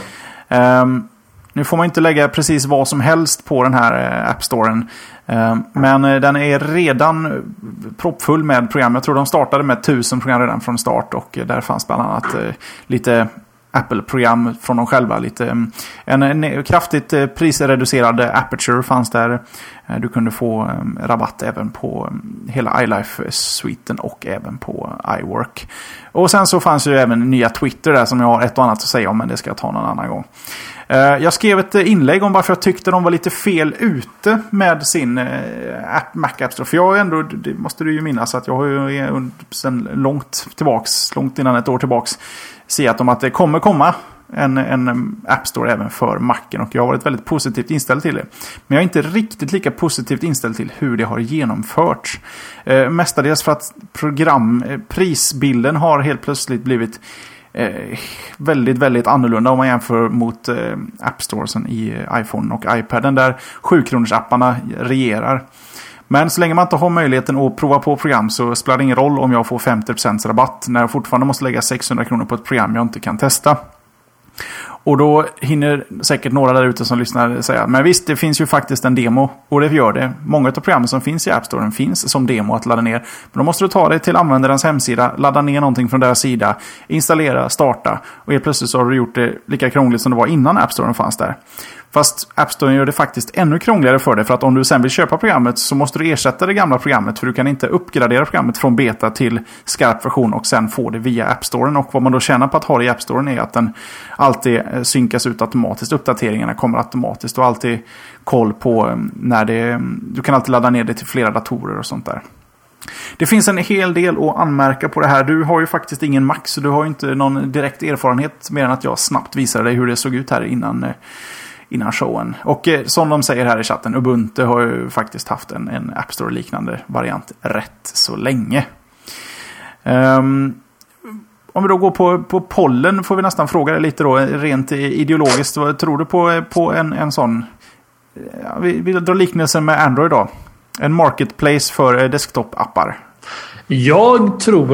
C: Um, nu får man inte lägga precis vad som helst på den här uh, App-storen. Uh, men uh, den är redan proppfull med program. Jag tror de startade med tusen program redan från start. Och uh, där fanns bland annat uh, lite... Apple-program från dem själva. Lite, en, en kraftigt prisreducerad Aperture fanns där. Du kunde få um, rabatt även på um, hela iLife-suiten och även på iWork. Och sen så fanns ju även nya Twitter där som jag har ett och annat att säga om, men det ska jag ta någon annan gång. Uh, jag skrev ett inlägg om varför jag tyckte de var lite fel ute med sin uh, app, Mac App Store. För jag ändå, det måste du ju minnas att jag har ju sedan långt tillbaks, långt innan ett år tillbaks siat om att det kommer komma en, en App Store även för Macen och jag har varit väldigt positivt inställd till det. Men jag är inte riktigt lika positivt inställd till hur det har genomförts. Eh, mestadels för att program, eh, prisbilden har helt plötsligt blivit eh, väldigt, väldigt annorlunda om man jämför mot eh, App Storesen i iPhone och iPaden där sju kronors apparna regerar. Men så länge man inte har möjligheten att prova på program så spelar det ingen roll om jag får femtio procent rabatt när jag fortfarande måste lägga sexhundra kronor på ett program jag inte kan testa. Och då hinner säkert några där ute som lyssnar säga, men visst, det finns ju faktiskt en demo och det gör det. Många av programmen som finns i App Store finns som demo att ladda ner. Men då måste du ta dig till användarens hemsida, ladda ner någonting från deras sida, installera, starta och helt plötsligt så har du gjort det lika krångligt som det var innan App Store fanns där. Fast App Store gör det faktiskt ännu krångligare för dig för att om du sen vill köpa programmet så måste du ersätta det gamla programmet för du kan inte uppgradera programmet från beta till skarp version och sen få det via App Storen. Och vad man då tjänar på att ha det i App Storen är att den alltid synkas ut automatiskt. Uppdateringarna kommer automatiskt och alltid koll på när det... Du kan alltid ladda ner det till flera datorer och sånt där. Det finns en hel del att anmärka på det här. Du har ju faktiskt ingen Mac så du har ju inte någon direkt erfarenhet mer än att jag snabbt visade dig hur det såg ut här innan... innan showen. Och eh, som de säger här i chatten, Ubuntu har ju faktiskt haft en, en App Store-liknande variant rätt så länge. Um, om vi då går på, på pollen får vi nästan fråga dig lite då, rent ideologiskt. Vad tror du på, på en, en sån... Ja, vi, vi drar liknelsen med Android då. En marketplace för desktop-appar.
B: Jag tror att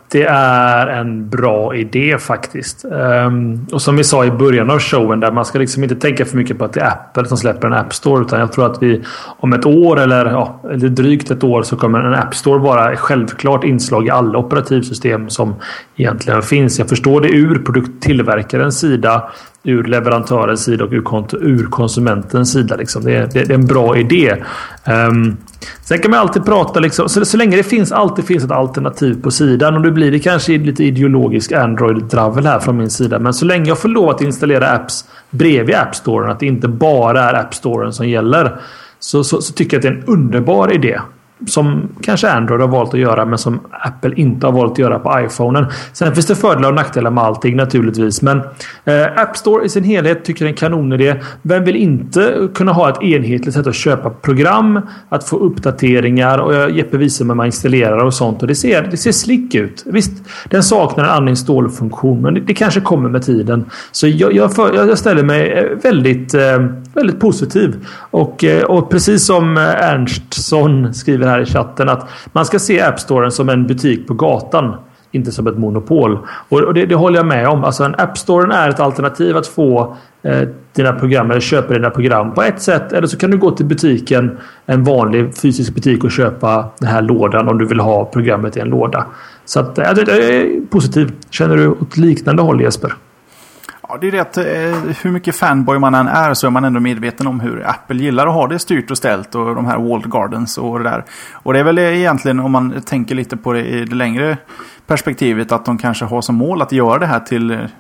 B: det är en bra idé faktiskt. Um, och som vi sa i början av showen där man ska liksom inte tänka för mycket på att det är Apple som släpper en App Store, utan jag tror att vi om ett år eller, ja, eller drygt ett år så kommer en App Store vara självklart inslag i alla operativsystem som egentligen finns. Jag förstår det ur produkttillverkarens sida, ur leverantörens sida och ur, kont- ur konsumentens sida. Liksom. Det, är, det, det är en bra idé. Um, sen kan man alltid prata liksom, så, så länge det finns alltid finns ett alternativ på sidan, och då blir det kanske lite ideologisk Android-dravel här från min sida, men så länge jag får lov att installera apps bredvid App Storen, att det inte bara är App Storen som gäller, så, så, så tycker jag att det är en underbar idé. Som kanske Android har valt att göra, men som Apple inte har valt att göra på iPhonen. Sen finns det fördelar och nackdelar med allting naturligtvis. Men eh, App Store i sin helhet tycker jag är en kanonidé. Vem vill inte kunna ha ett enhetligt sätt att köpa program, att få uppdateringar, och jag Jeppe visar mig man installerar och sånt, och det ser, det ser slick ut. Visst, den saknar en uninstall-funktion, men det, det kanske kommer med tiden. Så jag, jag, för, jag ställer mig väldigt, eh, väldigt positiv. Och, eh, och precis som Ernstsson skriver här i chatten, att man ska se App Storen som en butik på gatan, inte som ett monopol. Och det, det håller jag med om. Alltså en App Storen är ett alternativ att få eh, dina program eller köpa dina program på ett sätt, eller så kan du gå till butiken, en vanlig fysisk butik, och köpa den här lådan om du vill ha programmet i en låda. Så att, äh, det är positivt. Känner du åt liknande håll, Jesper?
C: Ja, det är det att eh, hur mycket fanboy man än är så är man ändå medveten om hur Apple gillar att ha det styrt och ställt, och de här walled gardens och det där. Och det är väl egentligen, om man tänker lite på det i det längre perspektivet, att de kanske har som mål att göra det här till eh,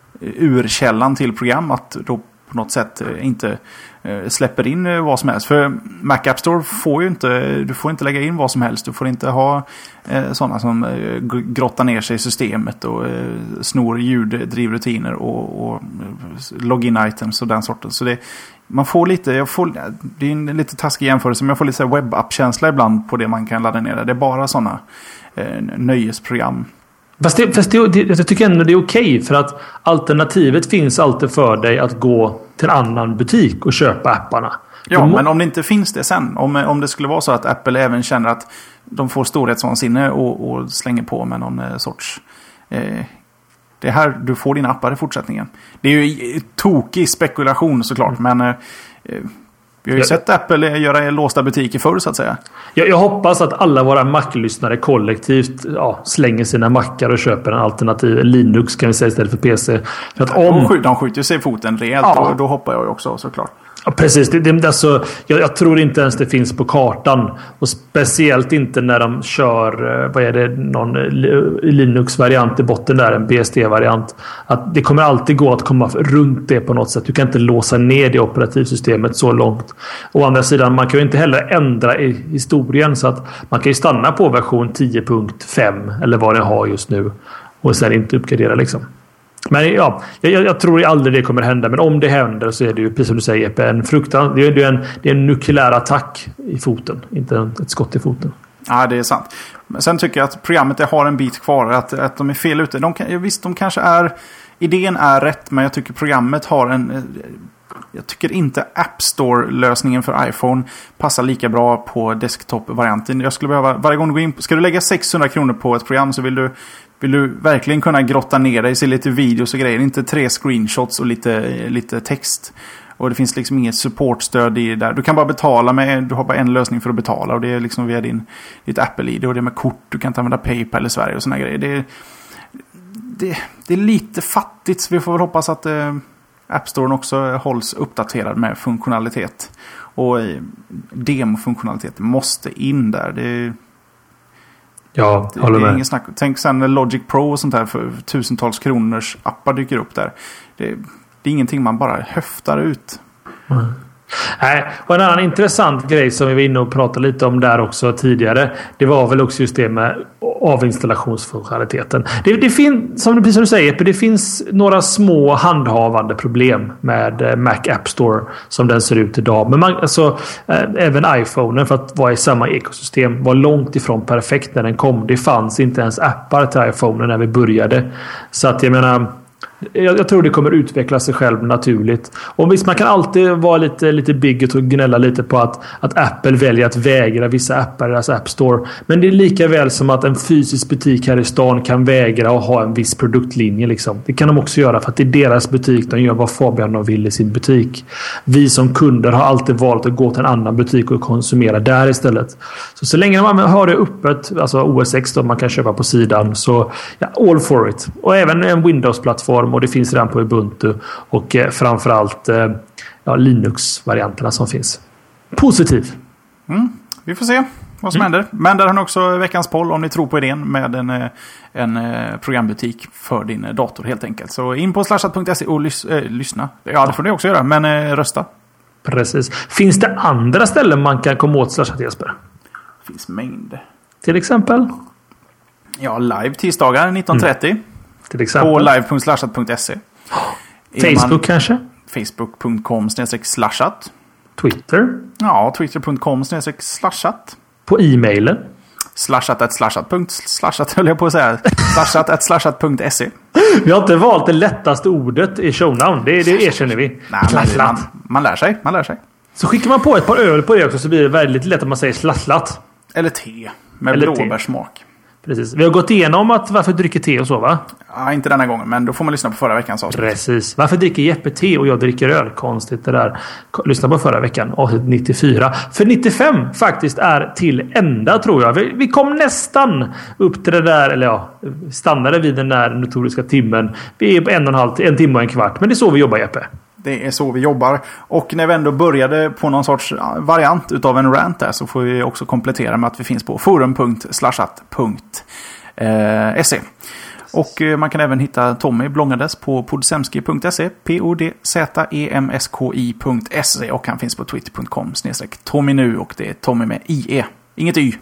C: urkällan till program, att då på något sätt eh, inte eh, släpper in eh, vad som helst. För Mac App Store får ju inte, du får inte lägga in vad som helst. Du får inte ha eh, sådana som eh, grottar ner sig i systemet och eh, snor ljuddrivrutiner och, och login-items och den sorten. Så det, man får lite, jag får, det är en lite taskig jämförelse, men jag får lite webb-app-känsla ibland på det man kan ladda ner. Det är bara sådana eh, nöjesprogram.
B: Fast, det, fast det, det, jag tycker ändå det är okej, för att alternativet finns alltid för dig att gå till en annan butik och köpa apparna.
C: Ja, må- men om det inte finns det sen, om, om det skulle vara så att Apple även känner att de får storhetsvansinne och, och slänger på med någon eh, sorts eh, det är här du får dina appar i fortsättningen. Det är ju tokig spekulation såklart, mm. men eh, vi har ju sett Apple göra låsta butiker förr, så att säga.
B: Jag, jag hoppas att alla våra Mac-lyssnare kollektivt ja, slänger sina Macar och köper en alternativ Linux, kan vi säga, istället för P C. För att om...
C: de, skjuter, de skjuter sig i foten rejält, ja. och då hoppar jag ju också såklart.
B: Ja, precis. Det, det, alltså, jag, jag tror inte ens det finns på kartan. Och speciellt inte när de kör, vad är det, någon Linux-variant i botten där, en B S D-variant. Att det kommer alltid gå att komma runt det på något sätt. Du kan inte låsa ner det operativsystemet så långt. Å andra sidan, man kan ju inte heller ändra i historien, så att man kan ju stanna på version tio punkt fem eller vad den har just nu och sen inte uppgradera liksom. Men ja, jag, jag tror aldrig det kommer hända. Men om det händer så är det ju, precis som du säger, en fruktan. Det är en, det är en nukleär attack i foten, inte en, ett skott i foten.
C: Ja, det är sant. Men sen tycker jag att programmet har en bit kvar. Att, att de är fel ute. De kan, visst, de kanske är... Idén är rätt, men jag tycker programmet har en... Jag tycker inte App Store-lösningen för iPhone passar lika bra på desktop-varianten. Jag skulle behöva... Varje gång du går in... Ska du lägga sexhundra kronor på ett program, så vill du... Vill du verkligen kunna grotta ner dig, se lite videos och grejer, inte tre screenshots och lite, lite text. Och det finns liksom inget supportstöd i det där. Du kan bara betala med, du har bara en lösning för att betala, och det är liksom via din, ditt Apple-I D, och det är med kort, du kan inte använda PayPal i Sverige och såna grejer. Det är, det, det är lite fattigt, så vi får väl hoppas att eh, App Store också hålls uppdaterad med funktionalitet. Och eh, demofunktionalitet måste in där. Det är
B: Ja,
C: det,
B: håller
C: det är
B: med.
C: ingen snack. Tänk sen när Logic Pro och sånt här för tusentals kronors appar dyker upp där. Det, det är ingenting man bara höftar ut.
B: Mm. Nej, och en annan intressant grej som vi var inne och pratade lite om där också tidigare, det var väl också just det med avinstallationsfunktionaliteten. Det, det finns, som du, som du säger, det finns några små handhavande problem med Mac App Store som den ser ut idag. Men man, alltså, äh, även iPhone, för att vara i samma ekosystem, var långt ifrån perfekt när den kom. Det fanns inte ens appar till iPhone när vi började. Så att jag menar... Jag, jag tror det kommer utveckla sig själv naturligt. Och visst, man kan alltid vara lite, lite bigot och gnälla lite på att, att Apple väljer att vägra vissa appar i deras App Store. Men det är lika väl som att en fysisk butik här i stan kan vägra att ha en viss produktlinje. Liksom. Det kan de också göra för att det är deras butik. De gör vad Fabian de vill i sin butik. Vi som kunder har alltid valt att gå till en annan butik och konsumera där istället. Så så länge man har det öppet, alltså O S X då man kan köpa på sidan, så ja, all for it. Och även en Windows-plattform, och det finns redan på Ubuntu och eh, framförallt eh, ja, Linux-varianterna som finns. Positiv.
C: Mm, vi får se vad som mm. händer. Men där har ni också veckans poll om ni tror på idén med en, en programbutik för din dator helt enkelt. Så in på slashat punkt se och lys, äh, lyssna. Ja, det får ni också göra, men äh, rösta.
B: Precis. Finns det andra ställen man kan komma åt Slashat, Jesper?
C: Det finns mängder.
B: Till exempel?
C: Ja, live tisdagar nitton trettio. Mm.
B: Till exempel?
C: På live punkt slashat punkt se.
B: Facebook man, kanske?
C: facebook punkt com snedstreck slashat.
B: Twitter?
C: Ja, twitter punkt com snedstreck slashat.
B: På e-mailen?
C: Slashat at slashat punkt slashat höll jag på att säga. Slashat at slashat punkt se.
B: Vi har inte valt det lättaste ordet i shownamn. Det, det erkänner vi.
C: Nej, man, man lär sig. Man lär sig.
B: Så skickar man på ett par öl på det också, så blir det väldigt lätt att man säger slasslat.
C: Eller te. Med blåbärssmak.
B: Precis. Vi har gått igenom att varför dricker te och så, va?
C: Ja, inte denna gången, men då får man lyssna på förra veckans avsnitt.
B: Precis. Varför dricker Jeppe te och jag dricker öl? Konstigt det där. Lyssna på förra veckan, avsnitt nittiofyra. För nittiofem faktiskt är till ända, tror jag. Vi, vi kom nästan upp till det där, eller ja, stannade vid den där notoriska timmen. Vi är på en och en halv, en timme och en kvart. Men det är så vi jobbar, Jeppe.
C: Det är så vi jobbar. Och när vi ändå började på någon sorts variant utav en rant där, så får vi också komplettera med att vi finns på forum punkt slashat punkt se. Och man kan även hitta Tommy bloggandes på podsemski punkt se, p o d z e m s k i punkt se, och han finns på twitter punkt com snedstreck Tommy nu, och det är Tommy med I E, inget Y.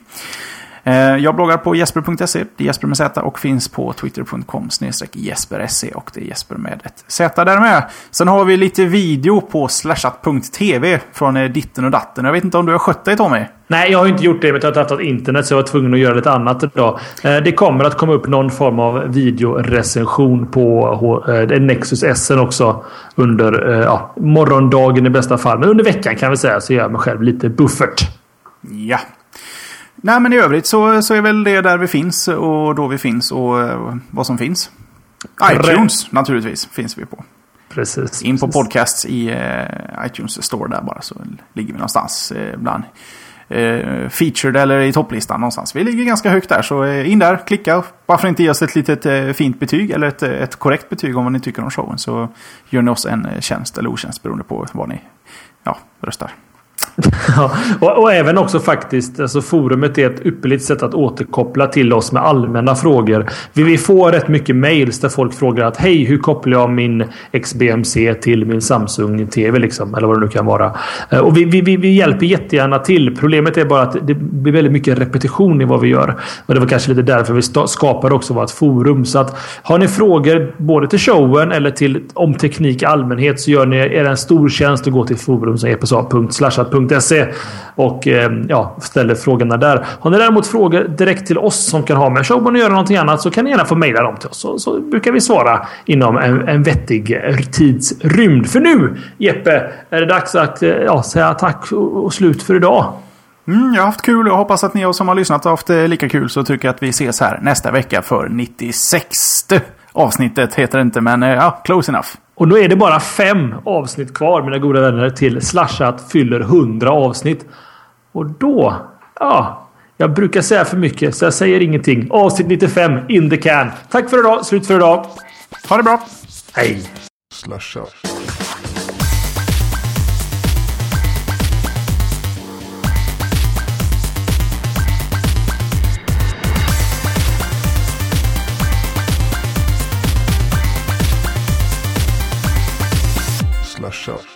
C: Jag bloggar på jesper punkt se, det är Jesper med Z, och finns på twitter punkt com snedstreck jesper se, och det är Jesper med ett Z där med. Sen har vi lite video på slashat punkt tv från ditten och datten. Jag vet inte om du har skött dig, Tommy?
B: Nej, jag har inte gjort det, men jag har haft internet, så jag var tvungen att göra lite annat idag. Det kommer att komma upp någon form av videorecension på Nexus S också under ja, morgondagen i bästa fall. Men under veckan kan vi säga, så gör jag mig själv lite buffert.
C: Ja. Nej, men i övrigt så, så är väl det där vi finns och då vi finns och uh, vad som finns. iTunes naturligtvis finns vi på.
B: Precis.
C: In på
B: precis.
C: podcasts i uh, iTunes Store där bara, så ligger vi någonstans uh, bland uh, featured eller i topplistan någonstans. Vi ligger ganska högt där, så uh, in där, klicka. Varför inte ge oss ett litet uh, fint betyg eller ett, ett korrekt betyg om vad ni tycker om showen, så gör ni oss en tjänst eller otjänst beroende på vad ni ja, röstar.
B: Ja, och, och även också faktiskt, alltså forumet är ett ypperligt sätt att återkoppla till oss med allmänna frågor. Vi, vi får rätt mycket mails där folk frågar att hej, hur kopplar jag min X B M C till min Samsung T V liksom, eller vad det nu kan vara. Och vi, vi, vi hjälper jättegärna till. Problemet är bara att det blir väldigt mycket repetition i vad vi gör. Och det var kanske lite därför vi skapade också vårt forum. Så att har ni frågor både till showen eller till om teknik i allmänhet, så gör ni er en stor tjänst att gå till forum som är på sa punkt slashat punkt se och ja, ställer frågorna där. Har ni däremot frågor direkt till oss som kan ha med showen och göra någonting annat, så kan ni gärna få mejla dem till oss, så, så brukar vi svara inom en, en vettig tidsrymd. För nu, Jeppe, är det dags att ja, säga tack och, och slut för idag.
C: Mm, jag har haft kul och jag hoppas att ni som har lyssnat har haft lika kul, så tycker jag att vi ses här nästa vecka för nittiosexte avsnittet heter det inte, men ja, close enough.
B: Och då är det bara fem avsnitt kvar, mina goda vänner, till Slashat fyller hundra avsnitt. Och då, ja, jag brukar säga för mycket, så jag säger ingenting. Avsnitt nittiofem, in the can. Tack för idag, slut för idag.
C: Ha det bra.
B: Hej.
D: Slashat. Slashat.